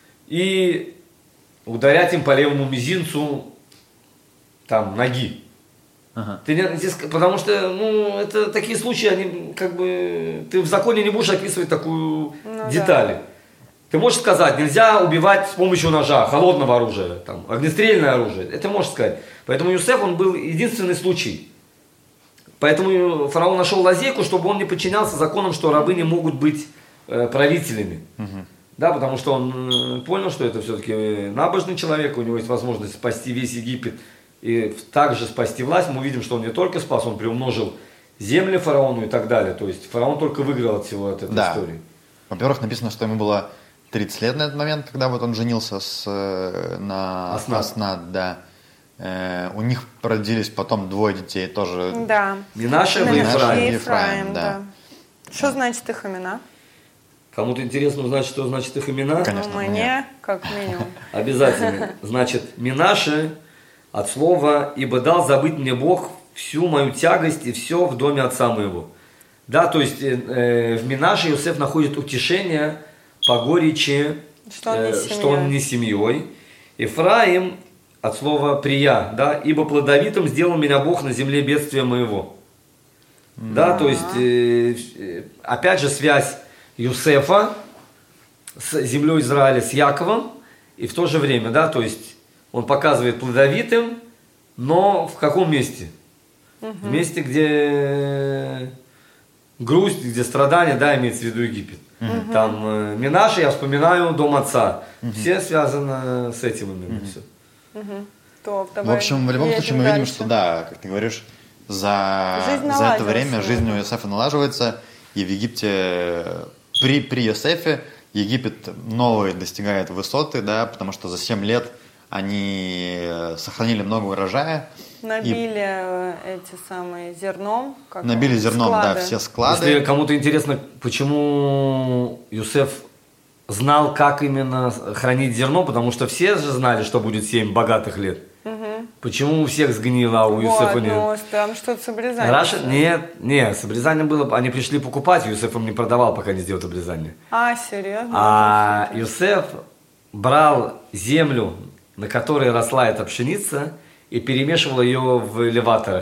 и ударять им по левому мизинцу там ноги. Ага. Потому что, ну, это такие случаи, они как бы, ты в законе не будешь описывать такую детали. да. Ты можешь сказать, нельзя убивать с помощью ножа, холодного оружия, там, огнестрельное оружие. Это можешь сказать. Поэтому Юсеф, он был единственный случай. Поэтому фараон нашел лазейку, чтобы он не подчинялся законам, что рабы не могут быть правителями. Да, потому что он понял, что это все-таки набожный человек, у него есть возможность спасти весь Египет и также спасти власть. Мы увидим, что он не только спас, он приумножил земли фараону и так далее. То есть фараон только выиграл от всего от этой истории. Во-первых, написано, что ему было 30 лет на этот момент, когда вот он женился на Аснат, да. У них родились потом двое детей тоже. Да. Минаше и Менаше Ефраим. и Ефраим, да. да. Что значит их имена? Кому-то интересно узнать, что значит их имена? Конечно. Ну, мне, как минимум. Обязательно. Значит, Минаше от слова «Ибо дал забыть мне Бог всю мою тягость и все в доме отца моего». Да, то есть в Минаше Иосиф находит утешение по горечи, что он не семьей. Ефраим от слова «прия», да, «Ибо плодовитым сделал меня Бог на земле бедствия моего». Да, то есть, опять же, связь Юсефа с землей Израиля, с Яковом, и в то же время, да, то есть, он показывает плодовитым, но в каком месте? В месте, где грусть, где страдания, да, имеется в виду Египет. Там Минаше, я вспоминаю дом отца. Все связано с этим именно все. В общем, в любом случае мы видим, что да, как ты говоришь, за это время жизнь у Иосифа налаживается, и в Египте при Иосифе Египет новые достигает высоты, да, потому что за 7 лет они сохранили много урожая. Набили эти самые зерном. Набили зерном, склады. Да, все склады. Если кому-то интересно, почему Юсеф знал, как именно хранить зерно, потому что все же знали, что будет 7 богатых лет. Почему у всех сгнило, а у Юсефа нет? Ну, там что-то с обрезанием. Нет, с обрезанием было, они пришли покупать, Юсеф им не продавал, пока не сделают обрезание. Серьезно? А Юсеф брал землю, на которой росла эта пшеница, и перемешивал ее в элеваторах.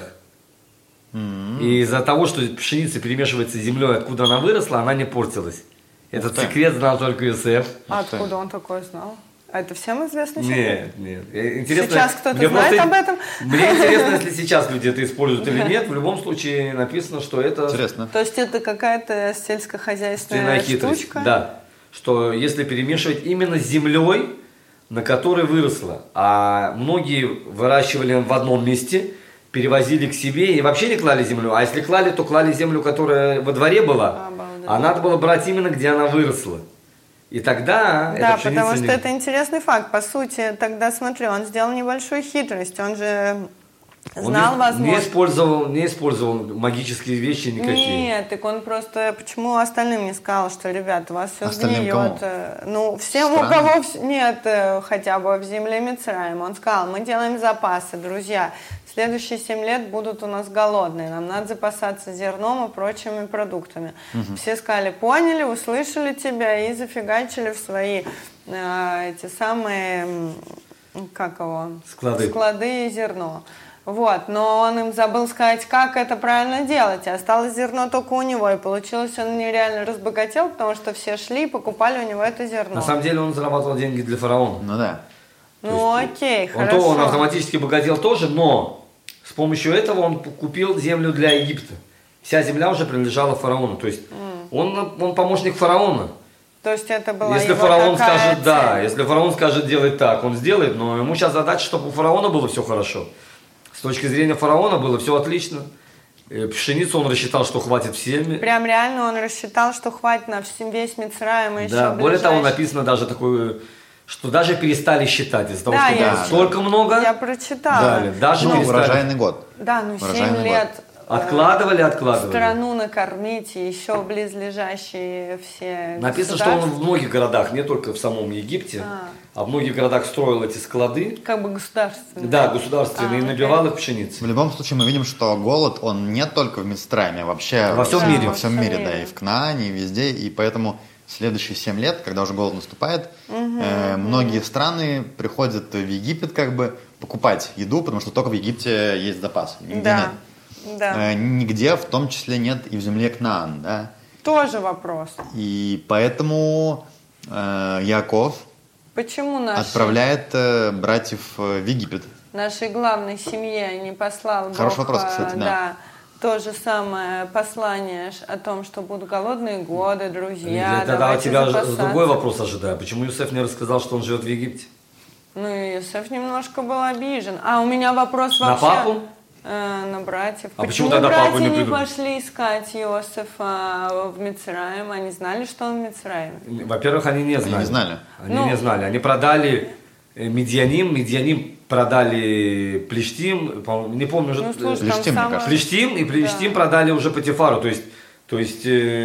И из-за того, что пшеница перемешивается с землей, откуда она выросла, она не портилась. Этот секрет знал только Юсеф. Откуда он такое знал? А это всем известно? Нет. Интересно, сейчас кто-то знает об этом? Мне интересно, если сейчас люди это используют или нет. В любом случае написано, что это... Интересно. То есть это какая-то сельскохозяйственная штучка? Да. Что если перемешивать именно с землей, на которой выросла. А многие выращивали в одном месте, перевозили к себе и вообще не клали землю. А если клали, то клали землю, которая во дворе была. А надо было брать именно, где она выросла. И тогда да, потому что это интересный факт. По сути, тогда смотри, он сделал небольшую хитрость. Он же знал возможность. Не использовал магические вещи никакие. Нет, так он просто... Почему остальным не сказал, что, ребят, у вас все остальным сгниет? Ну, всем, у кого нет хотя бы в земле Мицраим. Он сказал, мы делаем запасы, друзья. Следующие 7 лет будут у нас голодные. Нам надо запасаться зерном и прочими продуктами. Все сказали, поняли, услышали тебя и зафигачили в свои эти самые... Как его? Склады и зерно. Вот, но он им забыл сказать, как это правильно делать, и осталось зерно только у него, и получилось, он нереально разбогател, потому что все шли и покупали у него это зерно. На самом деле он зарабатывал деньги для фараона. Ну да. Ну окей, хорошо. Он автоматически богател тоже, но с помощью этого он купил землю для Египта. Вся земля уже принадлежала фараону, то есть он помощник фараона. То есть это была если его фараон такая скажет, цель. да, если фараон скажет делать так, он сделает, но ему сейчас задача, чтобы у фараона было все хорошо. С точки зрения фараона было все отлично. Пшеницу он рассчитал, что хватит всем. Прям реально он рассчитал, что хватит на весь Мицраим и еще да, более того, написано даже такое, что даже перестали считать из-за того, что столько много. Я прочитала. Дали, даже урожайный год. Да, 7 лет. Откладывали. Страну накормить и еще близлежащие все. Написано, что он в многих городах, не только в самом Египте, а в многих городах строил эти склады. Как бы государственные. Да, государственные, и набивал их пшеницей. В любом случае мы видим, что голод, он не только в Мицраиме, а вообще во всем мире. Во всем мире, да, и в Кнаане, и везде. И поэтому следующие 7 лет, когда уже голод наступает, многие страны приходят в Египет как бы покупать еду, потому что только в Египте есть запас. Нигде нет. Да. Нигде, в том числе, нет и в земле Кнаан, да. Тоже вопрос. И поэтому Яков отправляет братьев в Египет. Нашей главной семье не послал Бог. Хороший вопрос, кстати, да. То же самое послание о том, что будут голодные годы, друзья. Тогда от тебя другой вопрос ожидаю. Почему Юсеф не рассказал, что он живет в Египте? Ну, Юсеф немножко был обижен. А у меня вопрос вообще... На папу? На братьев. А почему тогда папу не братья не пошли искать Иосифа в Мицраим? Они знали, что он в Мицраиме? Во-первых, они не знали. Они не знали. Они продали Медианим продали Плештим, не помню уже. Плештим и Плештим продали уже Потифару. То есть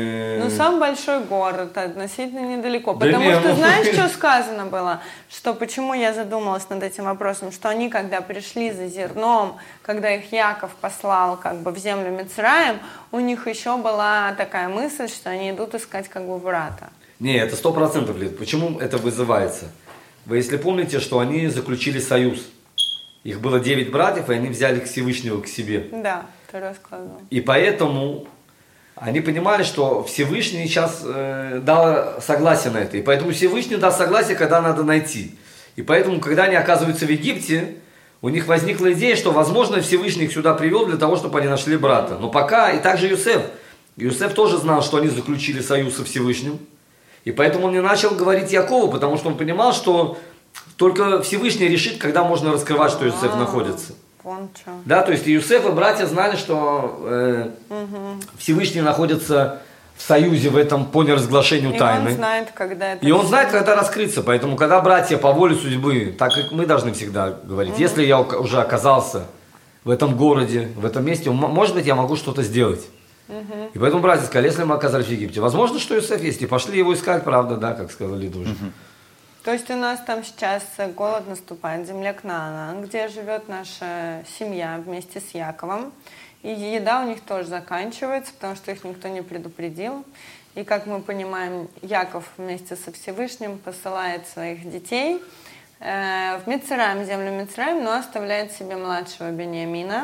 сам большой город, относительно недалеко. Потому что, знаешь, что сказано было? Что почему я задумалась над этим вопросом? Что они, когда пришли за зерном, когда их Яков послал как бы в землю Мицраим, у них еще была такая мысль, что они идут искать как бы брата. Не, это 100% лет. Почему это вызывается? Вы если помните, что они заключили союз. Их было 9 братьев, и они взяли Всевышнего к себе. Да. Ты рассказывал. И поэтому они понимали, что Всевышний сейчас дал согласие на это. И поэтому Всевышний даст согласие, когда надо найти. И поэтому, когда они оказываются в Египте, у них возникла идея, что, возможно, Всевышний их сюда привел для того, чтобы они нашли брата. Но пока, и также Юсеф. Юсеф тоже знал, что они заключили союз со Всевышним. И поэтому он не начал говорить Якову, потому что он понимал, что только Всевышний решит, когда можно раскрывать, что Юсеф находится. Да, то есть и Юсеф, и братья знали, что Всевышний находится в союзе в этом по неразглашению тайны. И он знает, когда это... И он знает, когда раскрыться. Поэтому, когда братья по воле судьбы, так как мы должны всегда говорить, если я уже оказался в этом городе, в этом месте, может быть, я могу что-то сделать. И поэтому братья сказали, если мы оказались в Египте, возможно, что Юсеф есть. И пошли его искать, правда, да, как сказала Лида уже. То есть у нас там сейчас голод наступает в земле Кнаана, где живет наша семья вместе с Яковом. И еда у них тоже заканчивается, потому что их никто не предупредил. И, как мы понимаем, Яков вместе со Всевышним посылает своих детей в Мицраим, землю Мицраим, но оставляет себе младшего Беньямина.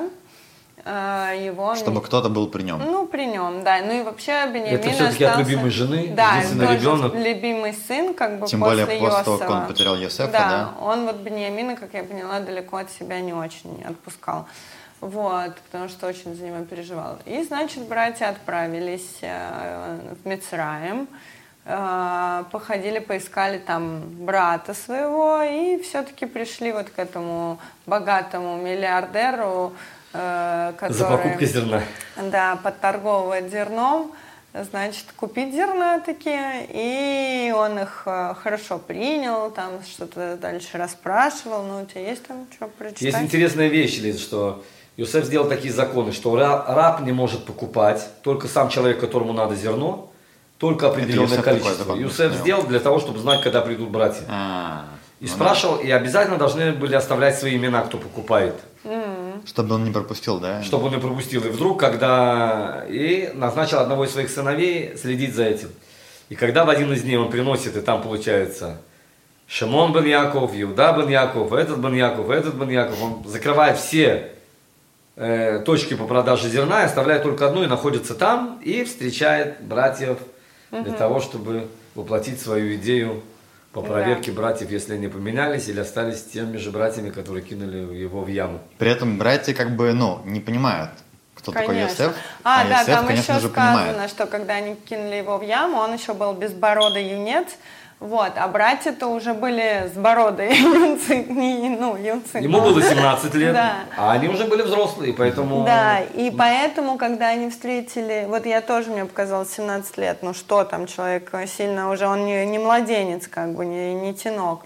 Чтобы кто-то был при нем. Ну, при нем, да. Ну и вообще Беньямин это все-таки остался... от любимой жены, да, единственный ребенок. Любимый сын, как бы Тем после более после того, как Иосифа. он потерял Йосефа, да. Он вот Беньямина, как я поняла, далеко от себя не очень отпускал. Вот, потому что очень за него переживал. И, значит, братья отправились в Мицраим, походили, поискали там брата своего, и все-таки пришли вот к этому богатому миллиардеру, который... За покупкой зерна. Да, подторговывает зерном, значит, купить зерна такие, и он их хорошо принял, там что-то дальше расспрашивал, ну, у тебя есть там что прочитать? Есть интересная вещь, Лиза, что Юсеф сделал такие законы, что раб не может покупать, только сам человек, которому надо зерно, только определенное количество. Юсеф сделал для того, чтобы знать, когда придут братья. И спрашивал, и обязательно должны были оставлять свои имена, кто покупает. Чтобы он не пропустил, да? Чтобы он не пропустил. И вдруг, когда... И назначил одного из своих сыновей следить за этим. И когда в один из дней он приносит, и там получается Шимон бен Яков, Иуда бен Яков, этот бен Яков, этот бен Яков, он закрывает все точки по продаже зерна, оставляет только одну и находится там, и встречает братьев для того, чтобы воплотить свою идею по проверке братьев, если они поменялись или остались теми же братьями, которые кинули его в яму. При этом братья как бы, не понимают, кто такой Йосеф. Да, Йосеф, там конечно еще же, сказано, понимает. что когда они кинули его в яму, он еще был безбородый юнец, вот, а братья-то уже были с бородой юнцы. Ему было 17 лет, а они уже были взрослые, поэтому... Да, и поэтому, когда они встретили, вот я тоже, мне показалось, 17 лет, ну что там, человек сильно уже, он не младенец, как бы, не тянок.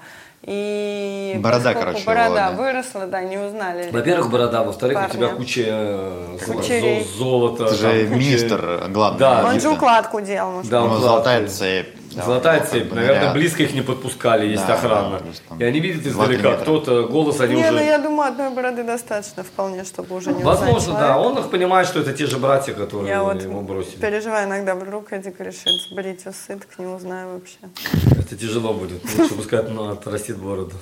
И борода, борода выросла, да, не узнали. Во-первых, борода, во-вторых, у тебя куча золота. Ты же министр главный. Да, он же укладку делал. Да, золотая цепь. Золотая цепь, наверное, близко их не подпускали, есть охрана. И они видят издалека, кто-то, голос они уже... я думаю, одной бороды достаточно вполне, чтобы уже не возможно, узнать человека. да, он их понимает, что это те же братья, которые я его бросили. Переживаю иногда, вдруг Эдик решит сбрить усы, так не узнаю вообще. Это тяжело будет, лучше пускай отрастит бороду.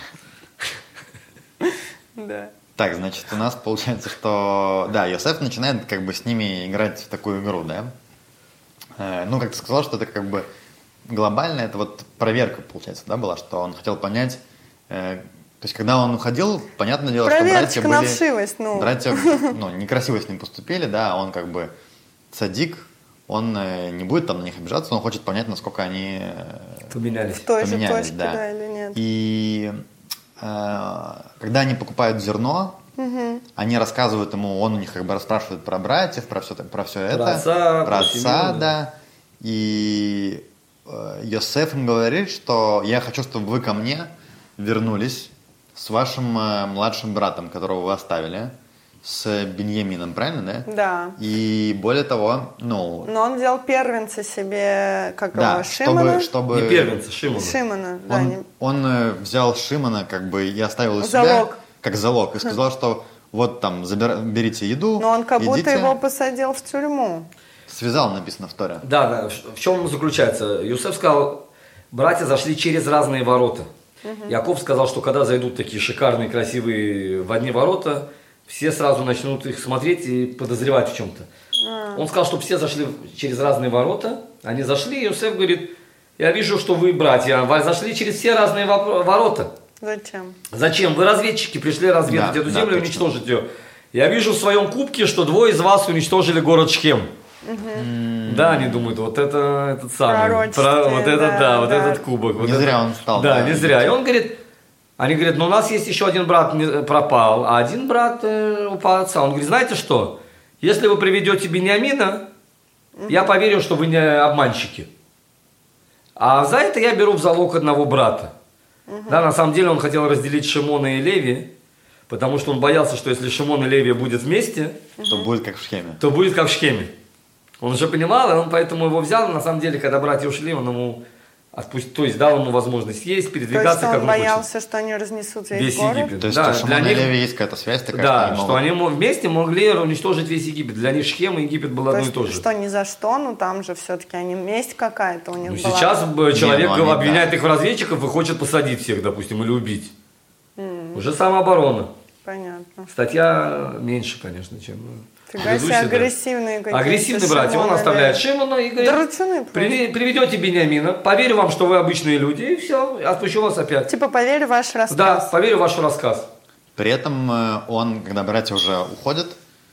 Да. Так, значит, у нас получается, что... Да, Йосеф начинает как бы с ними играть в такую игру, да? Как ты сказал, что это как бы глобально, это вот проверка, получается, да, была, что он хотел понять... То есть, когда он уходил, понятное дело, что братья были... на вшивость, Братья, некрасиво с ним поступили, да, он как бы цадик, он не будет там на них обижаться, он хочет понять, насколько они... Поменялись. В той же точке, да, или нет. И... когда они покупают зерно, они рассказывают ему, он у них как бы расспрашивает про братьев, про все это, про отца, да. И Йосеф им говорит, что я хочу, чтобы вы ко мне вернулись с вашим младшим братом, которого вы оставили, с Беньямином, правильно, да? Да. И более того, Но он взял первенца себе, Шимона. Чтобы... Не первенца, Шимона. Шимона, Он взял Шимона, как бы, и оставил у себя как залог, и сказал, что вот там, берите еду, но он как будто идите. его посадил в тюрьму. Связал, написано в Торе. Да, в чем заключается? Юсеф сказал, братья зашли через разные ворота. Яков сказал, что когда зайдут такие шикарные, красивые в одни ворота, все сразу начнут их смотреть и подозревать в чем-то. Он сказал, что все зашли через разные ворота. Они зашли, и Иосиф говорит, я вижу, что вы, братья, зашли через все разные ворота. Зачем? Зачем? Вы разведчики, пришли разведать эту землю и уничтожить ее. Я вижу в своем кубке, что 2 из вас уничтожили город Шхем. Да, они думают, вот это этот самый, вот этот кубок. Не зря он стал. Да, не зря. И он говорит, они говорят, но у нас есть еще один брат пропал, а один брат упал отца. Он говорит, знаете что, если вы приведете Беньямина, я поверю, что вы не обманщики. А за это я беру в залог одного брата. Да, на самом деле он хотел разделить Шимона и Леви, потому что он боялся, что если Шимон и Леви будут вместе, то будет как в Шхеме. То будет как в Шхеме. Он уже понимал, и он поэтому его взял. На самом деле, когда братья ушли, он ему то есть дал ему возможность есть, передвигаться, как он хочет. боялся, что они разнесут весь город? Египет. То есть у Шимона и Леви есть какая-то связь такая, да, что они вместе могли уничтожить весь Египет. Для них Шхем и Египет было одно и то же. Что ни за что, но там же все-таки они месть какая-то у них была. Сейчас человек обвиняет их в разведчиков и хочет посадить всех, допустим, или убить. Уже самооборона. Понятно. Статья меньше, конечно, чем... Фига себе, агрессивные какие-то. Агрессивный братья. Он оставляет Шимона и говорит, приведете Беньямина, поверю вам, что вы обычные люди, и все, отпущу вас опять. Типа поверю в ваш рассказ. Да, поверю в ваш рассказ. При этом он, когда братья уже уходят,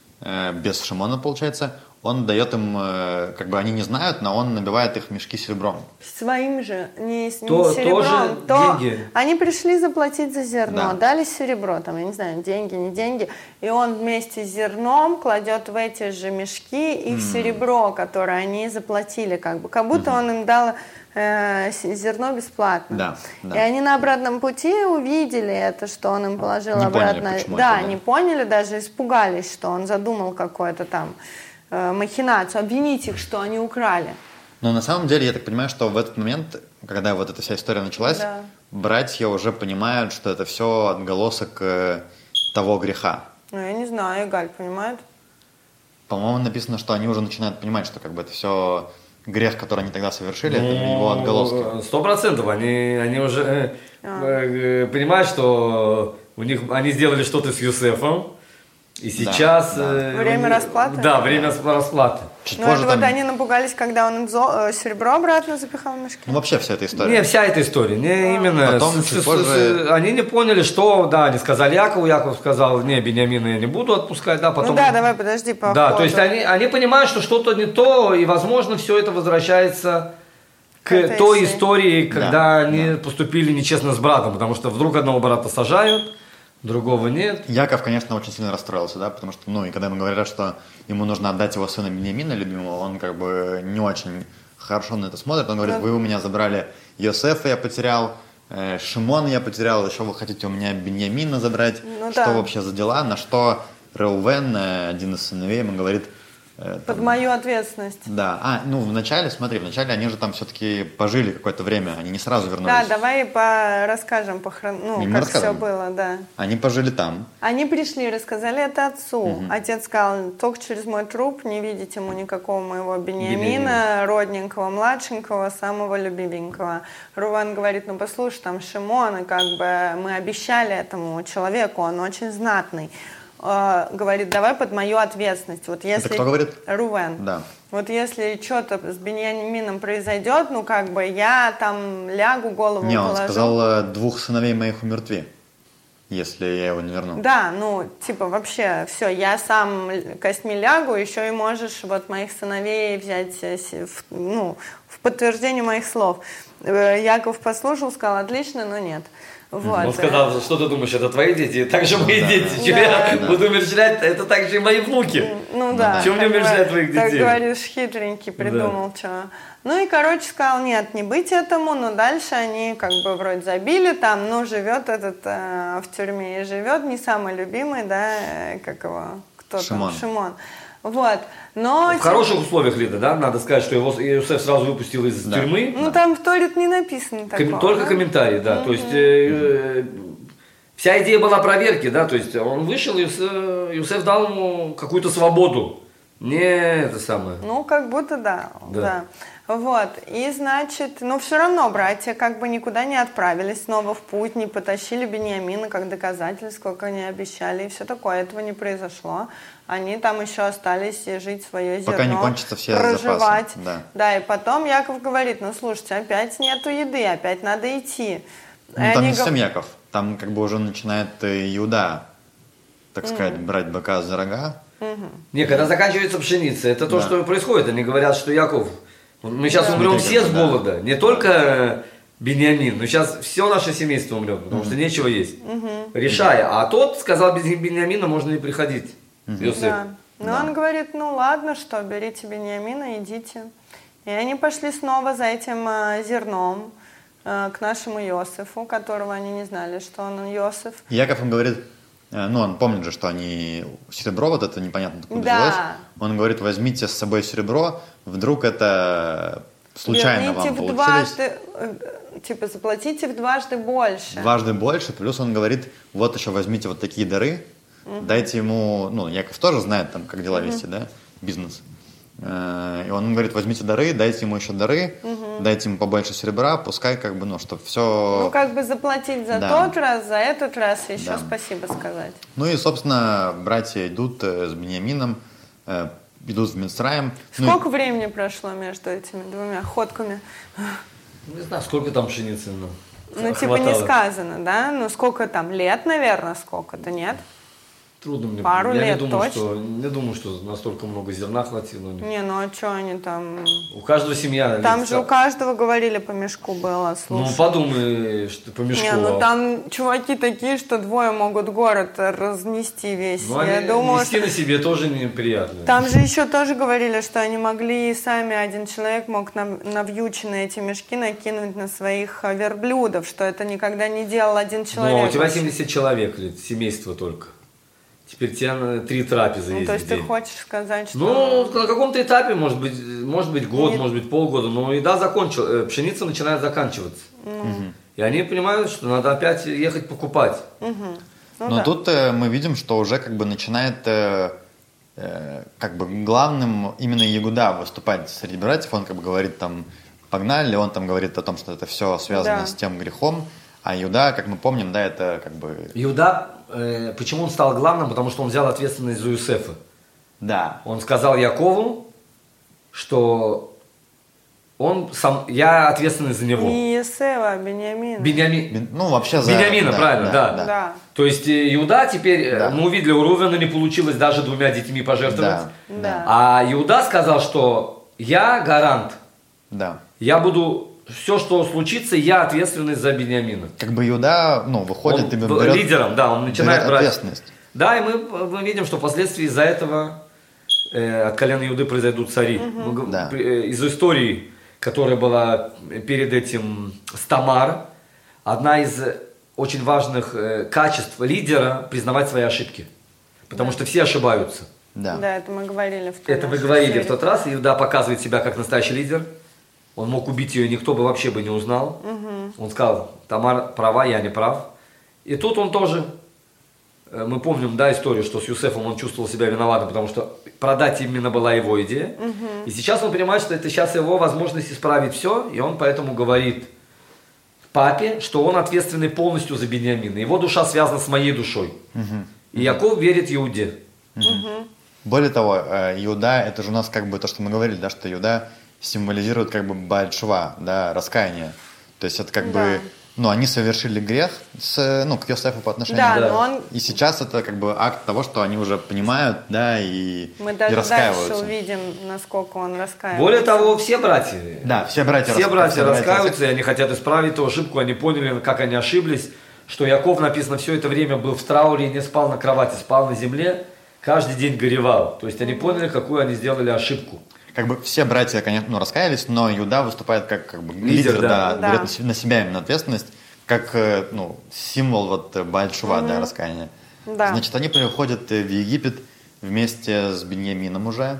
без Шимона, получается, он дает им, как бы они не знают, но он набивает их мешки серебром. Своим же, не серебром. Деньги. Они пришли заплатить за зерно, Да. дали серебро, там, я не знаю, деньги, не деньги, и он вместе с зерном кладет в эти же мешки их серебро, которое они заплатили, как будто он им дал зерно бесплатно. Да, да. И они на обратном пути увидели это, что он им положил Не обратно. поняли, почему да, это, да. не поняли, даже испугались, что он задумал какое-то там махинацию, обвинить их, что они украли. Но на самом деле, я так понимаю, что в этот момент, когда вот эта вся история началась, Да. братья уже понимают, что это все отголосок того греха. Ну, я не знаю, Игаль понимает? По-моему, написано, что они уже начинают понимать, что как бы это все грех, который они тогда совершили, это его отголоски. 100%. Они уже понимают, что они сделали что-то с Юсефом. И сейчас... Время расплаты? Да, время расплаты. Чуть Ну, позже это вот там- они напугались, когда он им серебро обратно запихал в мешки? Ну, вообще вся эта история. Не, вся эта история, не именно. Потом чуть позже- Они не поняли, что, да, они сказали Якову, Яков сказал, не, Беньямина я не буду отпускать, да, потом... Ну да, давай, подожди, по Да, ходу. то есть они понимают, что что-то не то, и, возможно, все это возвращается к этой той всей. истории, когда Да, они поступили нечестно с братом, потому что вдруг одного брата сажают, другого нет. Яков, конечно, очень сильно расстроился, да, потому что, ну, и когда ему говорят, что ему нужно отдать его сына Беньямина, любимого, он как бы не очень хорошо на это смотрит. Он говорит, вы у меня забрали Йосефа, я потерял, Шимона я потерял, еще вы хотите у меня Беньямина забрать. Ну что да. вообще за дела? На что Реувен, один из сыновей, ему говорит... Под мою ответственность. Да, ну, вначале они же там все-таки пожили какое-то время, они не сразу вернулись. Да, давай расскажем, как все было, да. Они пожили там. Они пришли, рассказали это отцу. Отец сказал, только через мой труп не видеть ему никакого моего Беньямина, родненького, младшенького, самого любименького. Рувен говорит, ну послушай, там Шимон, и как бы мы обещали этому человеку, он очень знатный. Говорит, давай под мою ответственность. Вот если... Это кто говорит? Рувен. Да. Вот если что-то с Беньямином произойдет, ну как бы я там лягу, голову Не, он положу. сказал, 2 сыновей моих умертви, если я его не верну. Да, ну, типа, вообще, все, я сам костьми лягу, еще и можешь вот моих сыновей взять, в подтверждение моих слов. Яков послушал, сказал, отлично, но нет. Вот. Он сказал, что ты думаешь, это твои дети, так же мои дети. Чем я буду умерщвлять, это также и мои внуки. Ну да. Чем мне умерщвлять твоих детей? Как говоришь, хитренький придумал, что. Ну и, короче, сказал, нет, не быть этому, но дальше они как бы вроде забили там, но живет этот в тюрьме и живет, не самый любимый, да, как его, кто Шимон. там, Шимон. Вот, но... В хороших условиях, Лида, да? Надо сказать, что его Иосиф сразу выпустил из тюрьмы. Ну там в Торе не написано такого. Только комментарии, да. То есть вся идея была проверки, да. То есть он вышел, и Иосиф дал ему какую-то свободу. Не это самое. Ну, как будто да. Вот, и значит, но все равно братья как бы никуда не отправились снова в путь, не потащили Биньямина как доказательство, как они обещали, и все такое, этого не произошло. Они там еще остались и жить свое зерно, пока не кончатся все проживать. запасы. Да, и потом Яков говорит, ну слушайте, опять нету еды, опять надо идти. Ну, там не совсем Яков, там как бы уже начинает Иуда, так сказать, брать быка за рога. Не, когда заканчивается пшеница, это то, что происходит. Они говорят, что Яков, мы сейчас умрем все с голода, не только Биньямин, но сейчас все наше семейство умрет, потому что нечего есть. Решая. А тот сказал, без Биньямина можно не приходить. Иосиф. Да. Но он говорит, ну ладно, что, берите Биньямина, идите. И они пошли снова за этим зерном к нашему Иосифу, которого они не знали, что он Иосиф. Яков им говорит, ну он помнит же, что они серебро, вот это непонятно откуда взялось. Он говорит, возьмите с собой серебро, вдруг это случайно верните вам получилось. Типа заплатите в дважды больше. Дважды больше, плюс он говорит, вот еще возьмите вот такие дары, дайте ему, ну Яков тоже знает там, как дела вести, да, бизнес. И он говорит, возьмите дары, дайте ему еще дары, дайте ему побольше серебра, пускай как бы, ну, чтобы все... Ну, как бы заплатить за тот раз, за этот раз, и еще спасибо сказать. Ну и, собственно, братья идут с Биньямином, идут в Мицраим. Сколько времени прошло между этими двумя ходками? Не знаю, сколько там пшеницы, ну типа не сказано, да? Ну, сколько там, лет, наверное, сколько-то, нет? Трудно мне. Пару я лет не думаю, что настолько много зерна хватило. Не, ну а что они там... У каждого семья... Там же у каждого, говорили, по мешку было, слушай. Ну, подумай, что по мешку. Не, ну там чуваки такие, что двое могут город разнести весь. Ну, я думаю, нести на себе тоже неприятно. Там же еще тоже говорили, что они могли сами, один человек мог навьюченные эти мешки накинуть на своих верблюдов, что это никогда не делал один человек. Ну, у тебя 70 человек, семейство только. Теперь тебе 3 трапезы есть. То есть в день. ты хочешь сказать, что... Ну, на каком-то этапе, может быть год, может быть полгода, но еда закончилась, пшеница начинает заканчиваться. И они понимают, что надо опять ехать покупать. Но тут мы видим, что уже как бы начинает как бы главным именно Иуда выступать среди братьев. Он как бы говорит там, погнали, он там говорит о том, что это все связано с тем грехом. А Иуда, как мы помним, да, это как бы... Иуда, почему он стал главным? Потому что он взял ответственность за Иосифа. Да. Он сказал Якову, что я ответственный за него. Не Иосифа, а Биньямина. Ну, вообще за... Биньямина, правильно, да. То есть Иуда теперь, мы увидели, у Рувена не получилось даже 2 детьми пожертвовать. Да. А Иуда сказал, что я гарант. Да. Я буду... Все, что случится, я ответственный за Биньямина. Как бы Иуда, ну, выходит и берет... Лидером, да, он начинает брать... ответственность. Да, и мы видим, что впоследствии из-за этого от колена Иуды произойдут цари. Из истории, которая была перед этим с Тамар, одна из очень важных качеств лидера – признавать свои ошибки. Потому что все ошибаются. Да, это мы говорили в тот раз. Иуда показывает себя как настоящий лидер. Он мог убить ее, никто бы вообще бы не узнал. Он сказал, Тамар права, я не прав. И тут он тоже, мы помним, да, историю, что с Юсефом он чувствовал себя виноватым, потому что продать именно была его идея. И сейчас он понимает, что это сейчас его возможность исправить все, и он поэтому говорит папе, что он ответственный полностью за Биньямина. Его душа связана с моей душой. И Яков верит Иуде. Более того, Иуда, это же у нас как бы то, что мы говорили, да, что Иуда символизирует как бы бааль-тшува, да, раскаяние. То есть это как бы, ну, они совершили грех к Йосефу по отношению. И сейчас это как бы акт того, что они уже понимают, да, и мы даже раскаиваются. дальше увидим, насколько он раскаивается. Более того, все братья. Да, все братья раскаиваются, и они хотят исправить эту ошибку, они поняли, как они ошиблись, что Яков, написано, все это время был в трауре, не спал на кровати, спал на земле, каждый день горевал. То есть они поняли, какую они сделали ошибку. Как бы все братья, конечно, раскаялись, но Иуда выступает как бы лидер, берет на себя именно ответственность, как символ вот бааль-тшува, да, раскаяния. Да. Значит, они приходят в Египет вместе с Биньямином уже.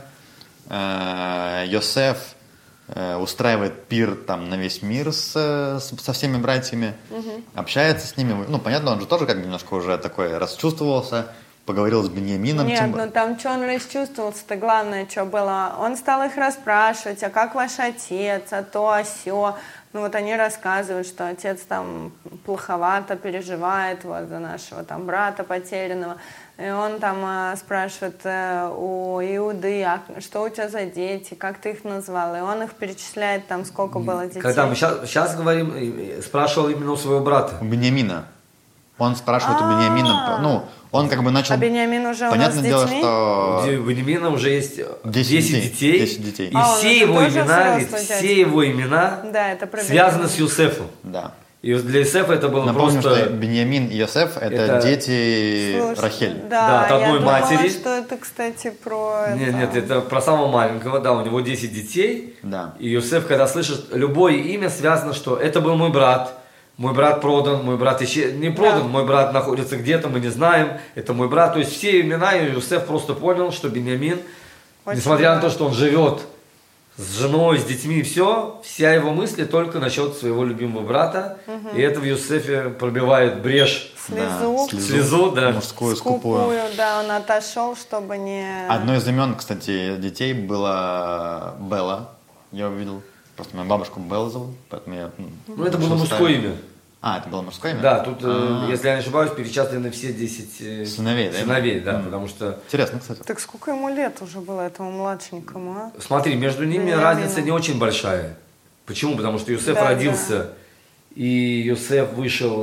Йосеф устраивает пир там на весь мир со всеми братьями, общается с ними. Ну, понятно, он же тоже как немножко уже такой расчувствовался, поговорил с Беньямином. Нет, ну там что он расчувствовался-то, главное, что было. Он стал их расспрашивать, а как ваш отец, а то, а сё. Ну вот они рассказывают, что отец там плоховато переживает вот за нашего там брата потерянного. И он там спрашивает у Иуды, а что у тебя за дети, как ты их назвал? И он их перечисляет, там сколько было детей. Когда мы сейчас говорим, спрашивал именно у своего брата. У Беньямина. Он спрашивает у Беньямина, ну, он как бы начал... А Беньямин уже у нас Понятное с дело, детьми? что... У Беньямина уже есть 10 детей. 10 детей. И все его имена, да, это связаны с Юсефом. Да. И для Юсефа это было Напомню, просто... что Беньямин и Йосеф это дети Рахель. Да, от одной матери. Я думала, что это, кстати, про... Нет, это про самого маленького, да, у него 10 детей. Да. И Йосеф, когда слышит любое имя, связано, что это был мой брат продан, мой брат еще не продан, мой брат находится где-то, мы не знаем, это мой брат. То есть все имена, и Йосеф просто понял, что Беньямин, несмотря на то, что он живет с женой, с детьми, вся его мысли только насчет своего любимого брата. И это в Йосефе пробивает брешь. Слезу, да. Мужскую, скупую. Да, он отошел, чтобы не... Одно из имен, кстати, детей было Белла. Я увидел. Просто мою бабушку Белла зовут, поэтому я... Ну, это было мужское имя. А, это было мужское имя? Да, тут, если я не ошибаюсь, перечислены все 10 сыновей, да, потому что... Интересно, кстати. Так сколько ему лет уже было, этому младшенькому, а? Смотри, между ними разница не очень большая. Почему? Потому что Йосеф родился, и Йосеф вышел...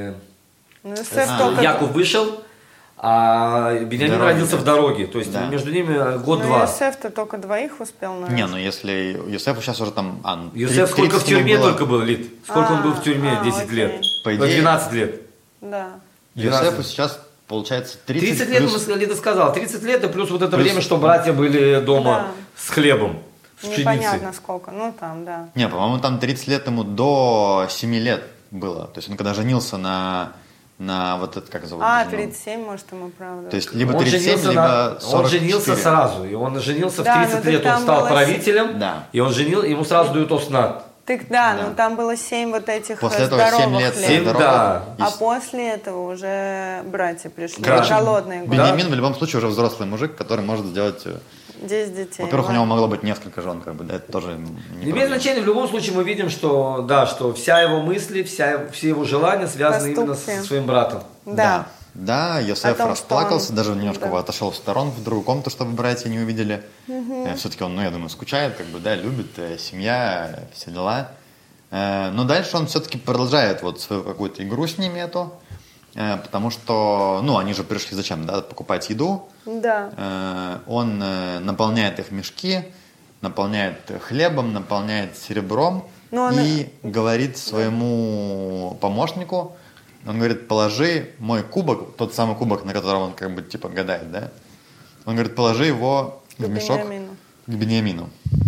Яков вышел, а Беньямин родился в дороге. То есть между ними год-два. Йосеф-то только двоих успел, наверное. Не, ну если Йосеф сейчас уже там... Йосеф сколько в тюрьме только был, Лид? Сколько он был в тюрьме? 10 лет. По идее, 12 лет. Да. Йосефу сейчас получается 30 лет, Лида сказала, 30 лет и плюс вот это время, что братья были дома с хлебом, с пшеницей. Непонятно сколько, ну там, да. Не, по-моему, там 30 лет ему до 7 лет было. То есть он когда женился на вот это, как зовут? 37, может, ему правда. То есть либо 37, либо 44. Он женился сразу, и он женился в 30 лет, он стал правителем, и он ему сразу дают оснат. Так да, ну там было 7 вот этих после здоровых этого 7 лет. 7, да. А после этого уже братья пришли, голодные. Беньямин в любом случае уже взрослый мужик, который может сделать... 10 детей. Во-первых, у него могло быть несколько жен, как бы, да, это тоже не имеет значение, в любом случае мы видим, что, да, что вся его мысли, все его желания связаны именно со своим братом. Да. Да, Йосеф расплакался, даже немножко отошел в сторону, в другую комнату, чтобы братья не увидели. Все-таки он, я думаю, скучает, как бы, да, любит, семья, все дела. Но дальше он все-таки продолжает вот свою какую-то игру с ними эту, потому что, они же пришли зачем, да, покупать еду. Да. Он наполняет их мешки, наполняет хлебом, наполняет серебром и говорит своему помощнику, он говорит, положи мой кубок, тот самый кубок, на котором он как бы типа гадает, да? Он говорит, положи его в мешок к Беньямину.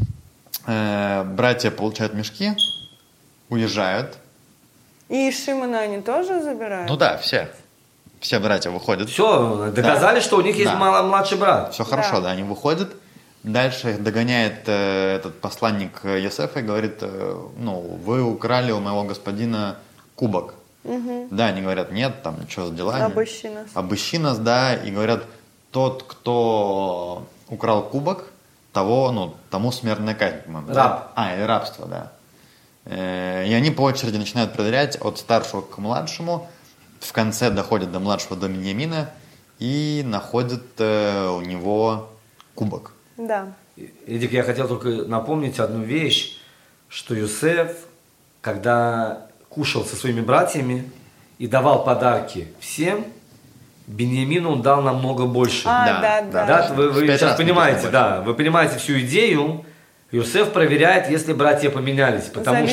Братья получают мешки, уезжают. И Шимона они тоже забирают? Ну да, все. Все братья выходят. Все, доказали, что у них есть младший брат. Все хорошо, да, они выходят. Дальше их догоняет этот посланник Йосефа и говорит, вы украли у моего господина кубок. Да, они говорят, нет, там, что за дела? Обыщи нас, да, и говорят, тот, кто украл кубок, тому смертная казнь, по-моему. Раб. И рабство, да. И они по очереди начинают проверять от старшего к младшему, в конце доходят до младшего, до Беньямина, и находят у него кубок. Да. Эдик, я хотел только напомнить одну вещь, что Йосеф, когда кушал со своими братьями и давал подарки всем, Беньямину он дал намного больше. Да. Вы сейчас понимаете, да, вы понимаете всю идею. Йосеф проверяет, если братья поменялись, потому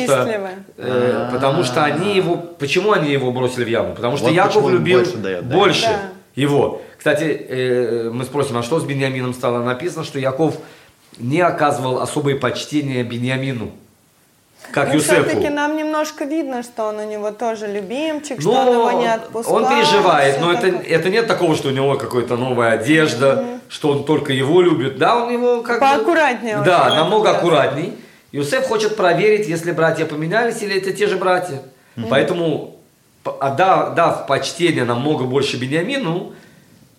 что они его, почему они его бросили в яму? Потому что Яков любил больше его. Кстати, мы спросим, а что с Беньямином стало? Написано, что Яков не оказывал особое почтение Беньямину, как Йосефу. Все-таки нам немножко видно, что он у него тоже любимчик, что он его не отпускал. Он переживает, но это нет такого, что у него какая-то новая одежда, что он только его любит. Да, он его как поаккуратнее. Да, намного аккуратней. Йосеф хочет проверить, если братья поменялись или это те же братья. Поэтому, дав почтение намного больше Беньямину,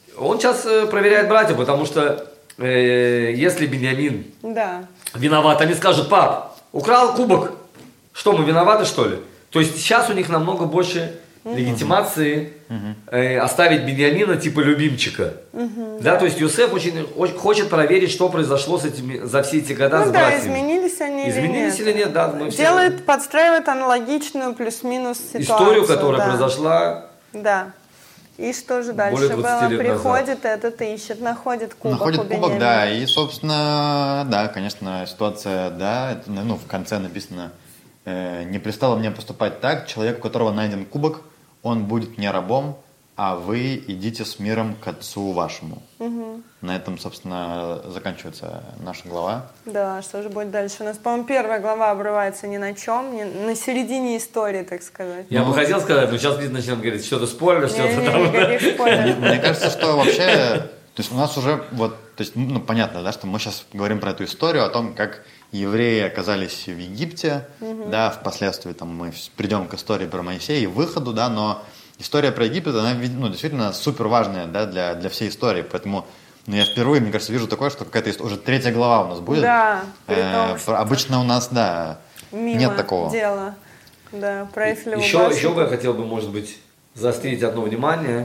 Он сейчас проверяет братьев, потому что если Биньямин виноват, они скажут: пап, украл кубок, что мы виноваты, что ли? То есть сейчас у них намного больше легитимации оставить Биньямина типа любимчика. Да, то есть Йосеф очень хочет проверить, что произошло с этими, за все эти года с братьями. Изменились они или нет, да. Подстраивает аналогичную плюс-минус ситуацию. Историю, которая произошла. Да. И что же дальше было? Приходит этот, ищет, находит кубок. Находит кубок, да. И, собственно, да, конечно, ситуация, да, это, в конце написано: не пристало мне поступать так, человек, у которого найден кубок, он будет не рабом, а вы идите с миром к отцу вашему. На этом, собственно, заканчивается наша глава. Да, что же будет дальше? У нас, по-моему, первая глава обрывается ни на чем, на середине истории, так сказать. Я бы хотел сказать, но сейчас начнем говорить, что-то спойлер, что-то там. Мне кажется, что вообще, то есть у нас уже понятно, да, что мы сейчас говорим про эту историю, о том, как евреи оказались в Египте, да, впоследствии там мы придем к истории про Моисея и выходу, да, но история про Египет, она, действительно супер важная, да, для всей истории, поэтому я впервые, мне кажется, вижу такое, что какая-то уже 3-я глава у нас будет. Да. Обычно у нас, да, нет такого. Дело. Да, про Эйфелеву башню. Еще бы я хотел бы, может быть, заострить одно внимание.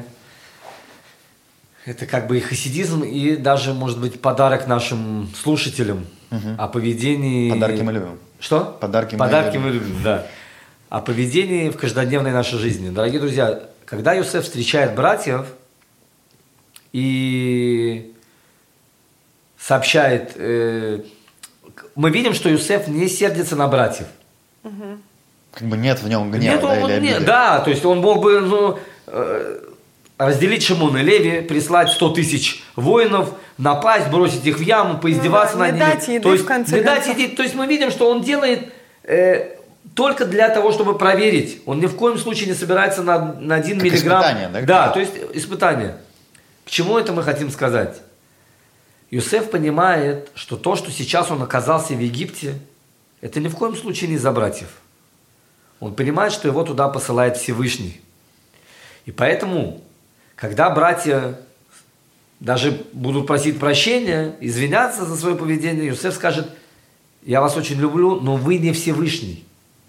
Это как бы и хасидизм, и даже, может быть, подарок нашим слушателям о поведении... Подарки мы любим. Что? Подарки мы любим, да. О поведении в каждодневной нашей жизни. Дорогие друзья, когда Йосеф встречает братьев и сообщает... мы видим, что Йосеф не сердится на братьев. Как бы нет в нем гнева, или обиды. Да, то есть он мог бы... разделить Шимона и Леви, прислать 100 тысяч воинов, напасть, бросить их в яму, поиздеваться над ними. Не дать еды, в конце концов. То есть мы видим, что он делает только для того, чтобы проверить. Он ни в коем случае не собирается на 1 миллиграмм. Испытание, да? Да, то есть испытание. К чему это мы хотим сказать? Йосеф понимает, что то, что сейчас он оказался в Египте, это ни в коем случае не из-за братьев. Он понимает, что его туда посылает Всевышний. И поэтому... Когда братья даже будут просить прощения, извиняться за свое поведение, Йосеф скажет: я вас очень люблю, но вы не Всевышний.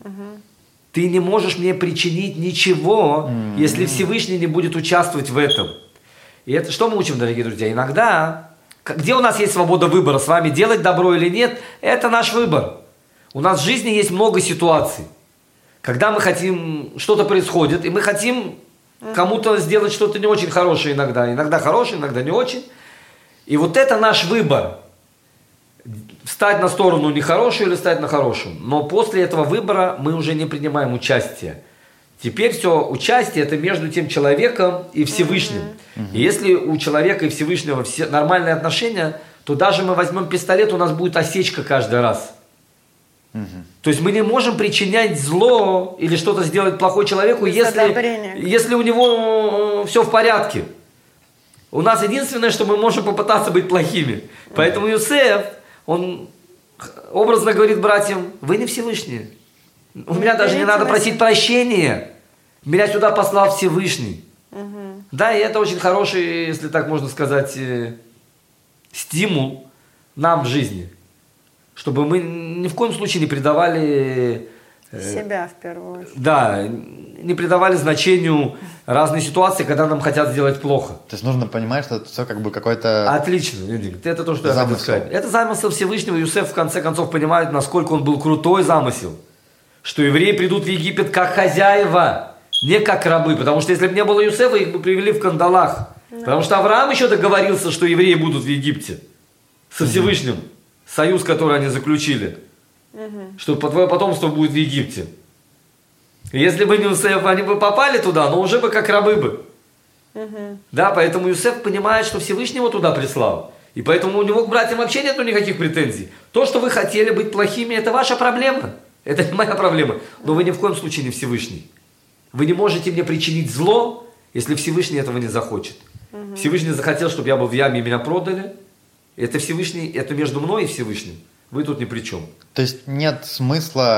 Ты не можешь мне причинить ничего, если Всевышний не будет участвовать в этом. И это что мы учим, дорогие друзья? Иногда, где у нас есть свобода выбора с вами, делать добро или нет, это наш выбор. У нас в жизни есть много ситуаций, когда мы хотим, что-то происходит, и мы хотим... кому-то сделать что-то не очень хорошее иногда. Иногда хорошее, иногда не очень. И вот это наш выбор. Встать на сторону нехорошую или стать на хорошую. Но после этого выбора мы уже не принимаем участие. Теперь все участие это между тем человеком и Всевышним. И если у человека и Всевышнего все нормальные отношения, то даже мы возьмем пистолет, у нас будет осечка каждый раз. То есть мы не можем причинять зло или что-то сделать плохое человеку, если у него все в порядке. У нас единственное, что мы можем попытаться быть плохими. Поэтому Йосеф, он образно говорит братьям: вы не Всевышние. У меня даже не надо просить прощения. Меня сюда послал Всевышний. Да, и это очень хороший, если так можно сказать, стимул нам в жизни. Чтобы мы ни в коем случае не придавали... себя в первую очередь. Да, не придавали значению разные ситуации, когда нам хотят сделать плохо. То есть нужно понимать, что это все как бы какой-то... Отлично, это то, что я хотел сказать. Это замысел Всевышнего. Йосеф в конце концов понимает, насколько он был крутой замысел. Что евреи придут в Египет как хозяева, не как рабы. Потому что если бы не было Йосефа, их бы привели в кандалах. Потому что Авраам еще договорился, что евреи будут в Египте со Всевышним. Союз, который они заключили, что твое потомство будет в Египте. И если бы не Йосеф, они бы попали туда, но уже бы как рабы бы. Да, поэтому Йосеф понимает, что Всевышний его туда прислал. И поэтому у него к братьям вообще нету никаких претензий. То, что вы хотели быть плохими, это ваша проблема. Это не моя проблема. Но вы ни в коем случае не Всевышний. Вы не можете мне причинить зло, если Всевышний этого не захочет. Всевышний захотел, чтобы я был в яме и меня продали. Это Всевышний, это между мной и Всевышним. Вы тут ни при чем. То есть нет смысла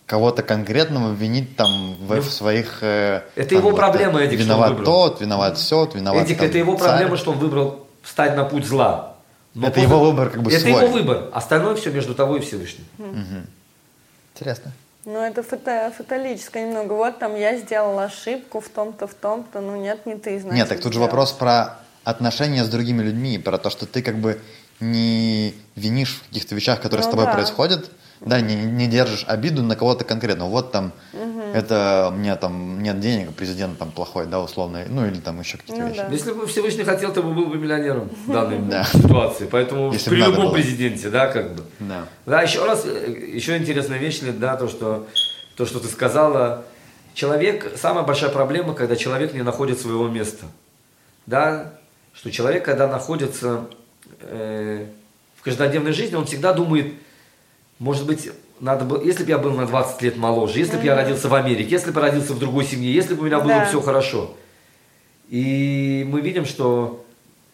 кого-то конкретного винить там в своих... Это там, его проблема, Эдик, виноват что он выбрал. тот, виноват сёт, виноват Эдик, там, это его царь. проблема, что он выбрал встать на путь зла. Но это его выбор как бы это свой. его выбор. Остальное все между тобой и Всевышним. Интересно. Ну, это фаталическое немного. Вот там я сделала ошибку в том-то. Ну, нет, не ты, значит. Нет, так тут же вопрос про отношения с другими людьми, про то, что ты как бы не винишь в каких-то вещах, которые с тобой происходят, да, не держишь обиду на кого-то конкретно. Вот там, это мне там нет денег, президент там плохой, да, условно, ну или там еще какие-то вещи. Да. Если бы Всевышний хотел, то был бы миллионером в данной ситуации. Поэтому если при любом было. президенте, да, как бы. Да. Да, еще интересная вещь, да, то, что ты сказала. Человек, самая большая проблема, когда человек не находит своего места. Да, что человек, когда находится в каждодневной жизни, он всегда думает, может быть, надо было, если бы я был на 20 лет моложе, если бы я родился в Америке, если бы родился в другой семье, если бы у меня было все хорошо. И мы видим, что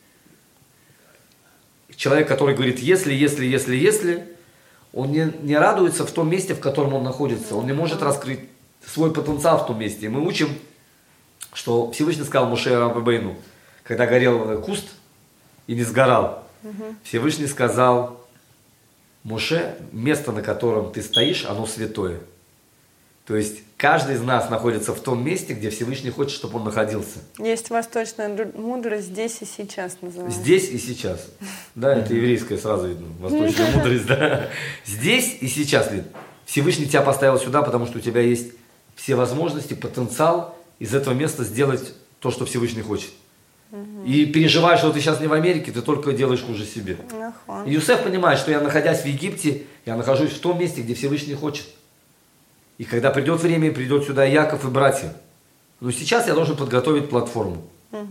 человек, который говорит если, он не радуется в том месте, в котором он находится. Он не может раскрыть свой потенциал в том месте. И мы учим, что Всевышний сказал Моше Рабейну, когда горел куст и не сгорал, Всевышний сказал: Моше, место, на котором ты стоишь, оно святое. То есть каждый из нас находится в том месте, где Всевышний хочет, чтобы он находился. Есть восточная мудрость «здесь и сейчас» называется. Здесь и сейчас. Да, это еврейская сразу видно, восточная мудрость, да. Здесь и сейчас, Лид. Всевышний тебя поставил сюда, потому что у тебя есть все возможности, потенциал из этого места сделать то, что Всевышний хочет. И переживаешь, что ты сейчас не в Америке, ты только делаешь хуже себе. И Юсеф понимает, что я, находясь в Египте, я нахожусь в том месте, где Всевышний хочет. И когда придет время, и придет сюда Яков и братья. Но сейчас я должен подготовить платформу.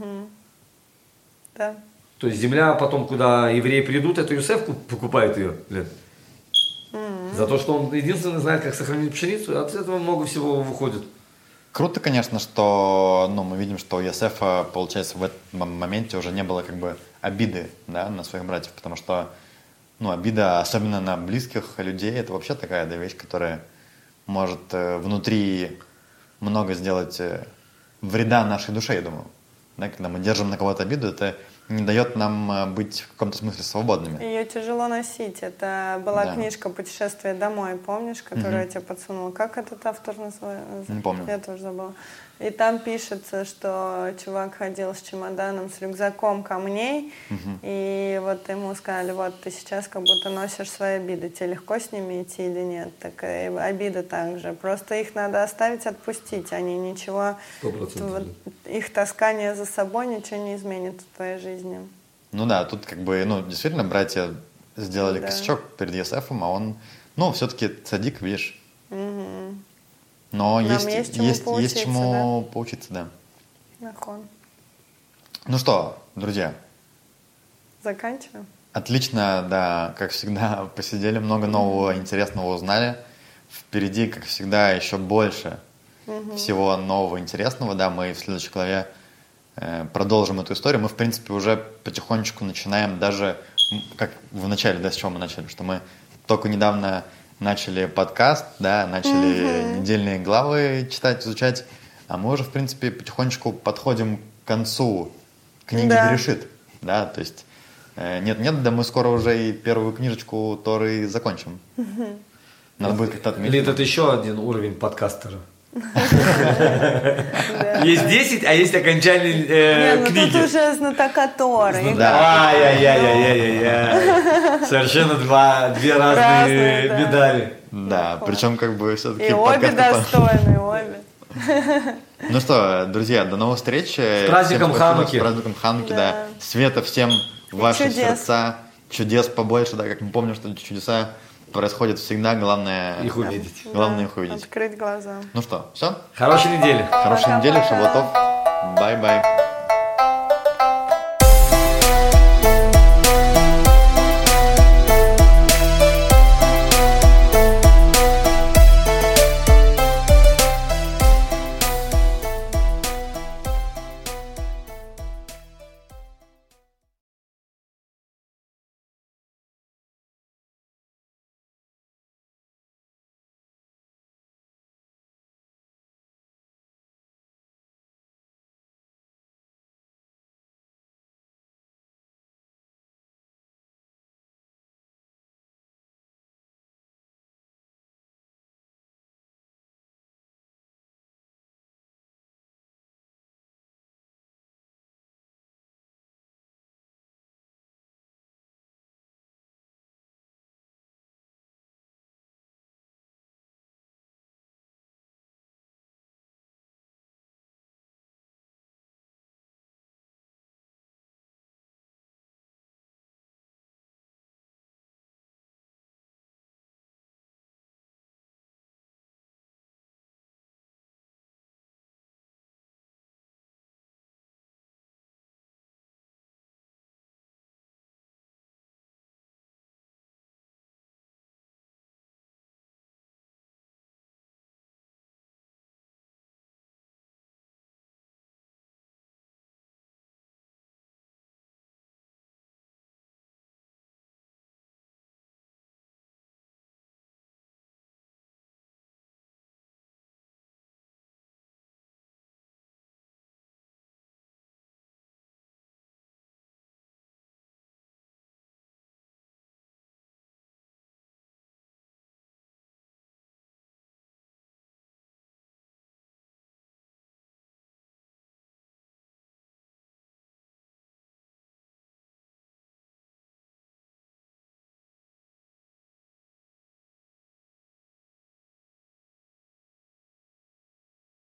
Да. То есть земля потом, куда евреи придут, это Юсеф покупает ее, Лен. За то, что он единственный знает, как сохранить пшеницу, и от этого много всего выходит. Круто, конечно, что мы видим, что у Йосефа, получается, в этом моменте уже не было как бы обиды, да, на своих братьев, потому что обида, особенно на близких людей, это вообще такая вещь, которая может внутри много сделать вреда нашей душе, я думаю. Да, когда мы держим на кого-то обиду, это не дает нам быть в каком-то смысле свободными. Ее тяжело носить. Это была книжка «Путешествие домой», помнишь, которую я тебе подсунула? Как этот автор называется? Не помню. Я тоже забыла. И там пишется, что чувак ходил с чемоданом, с рюкзаком камней, и вот ему сказали: вот ты сейчас как будто носишь свои обиды, тебе легко с ними идти или нет? Так и обиды также. Просто их надо оставить, отпустить. Они ничего, 100%. их таскание за собой ничего не изменит в твоей жизни. Ну да, тут как бы, действительно, братья сделали косячок перед Йосефом, а он, все-таки цадик, видишь. Но есть чему поучиться, да. Нахон. Ну что, друзья. Заканчиваем? Отлично, да, как всегда, посидели, много нового интересного узнали. Впереди, как всегда, еще больше всего нового интересного, да, мы в следующей главе продолжим эту историю. Мы, в принципе, уже потихонечку начинаем даже, как в начале, да, с чего мы начали, что мы только недавно начали подкаст, да, начали недельные главы читать, изучать, а мы уже, в принципе, потихонечку подходим к концу книги Берешит, да, то есть нет, да мы скоро уже и первую книжечку Торы закончим. Надо будет как-то отметить. Лид, это еще один уровень подкастера. Есть 10, а есть окончание книги. Тут уже знатока Торы. Ай-яй-яй-яй-яй. Совершенно две разные медали. Да, причем как бы все-таки... И обе достойны, обе. Ну что, друзья, до новых встреч. С праздником Хануки. С праздником Хануки, да. Света всем в ваши сердца. Чудес побольше, да, как мы помним, что чудеса происходят всегда, главное их увидеть. Главное их увидеть. Открыть глаза. Ну что, все? Хорошей недели. Хорошей недели, шабатов. Бай-бай.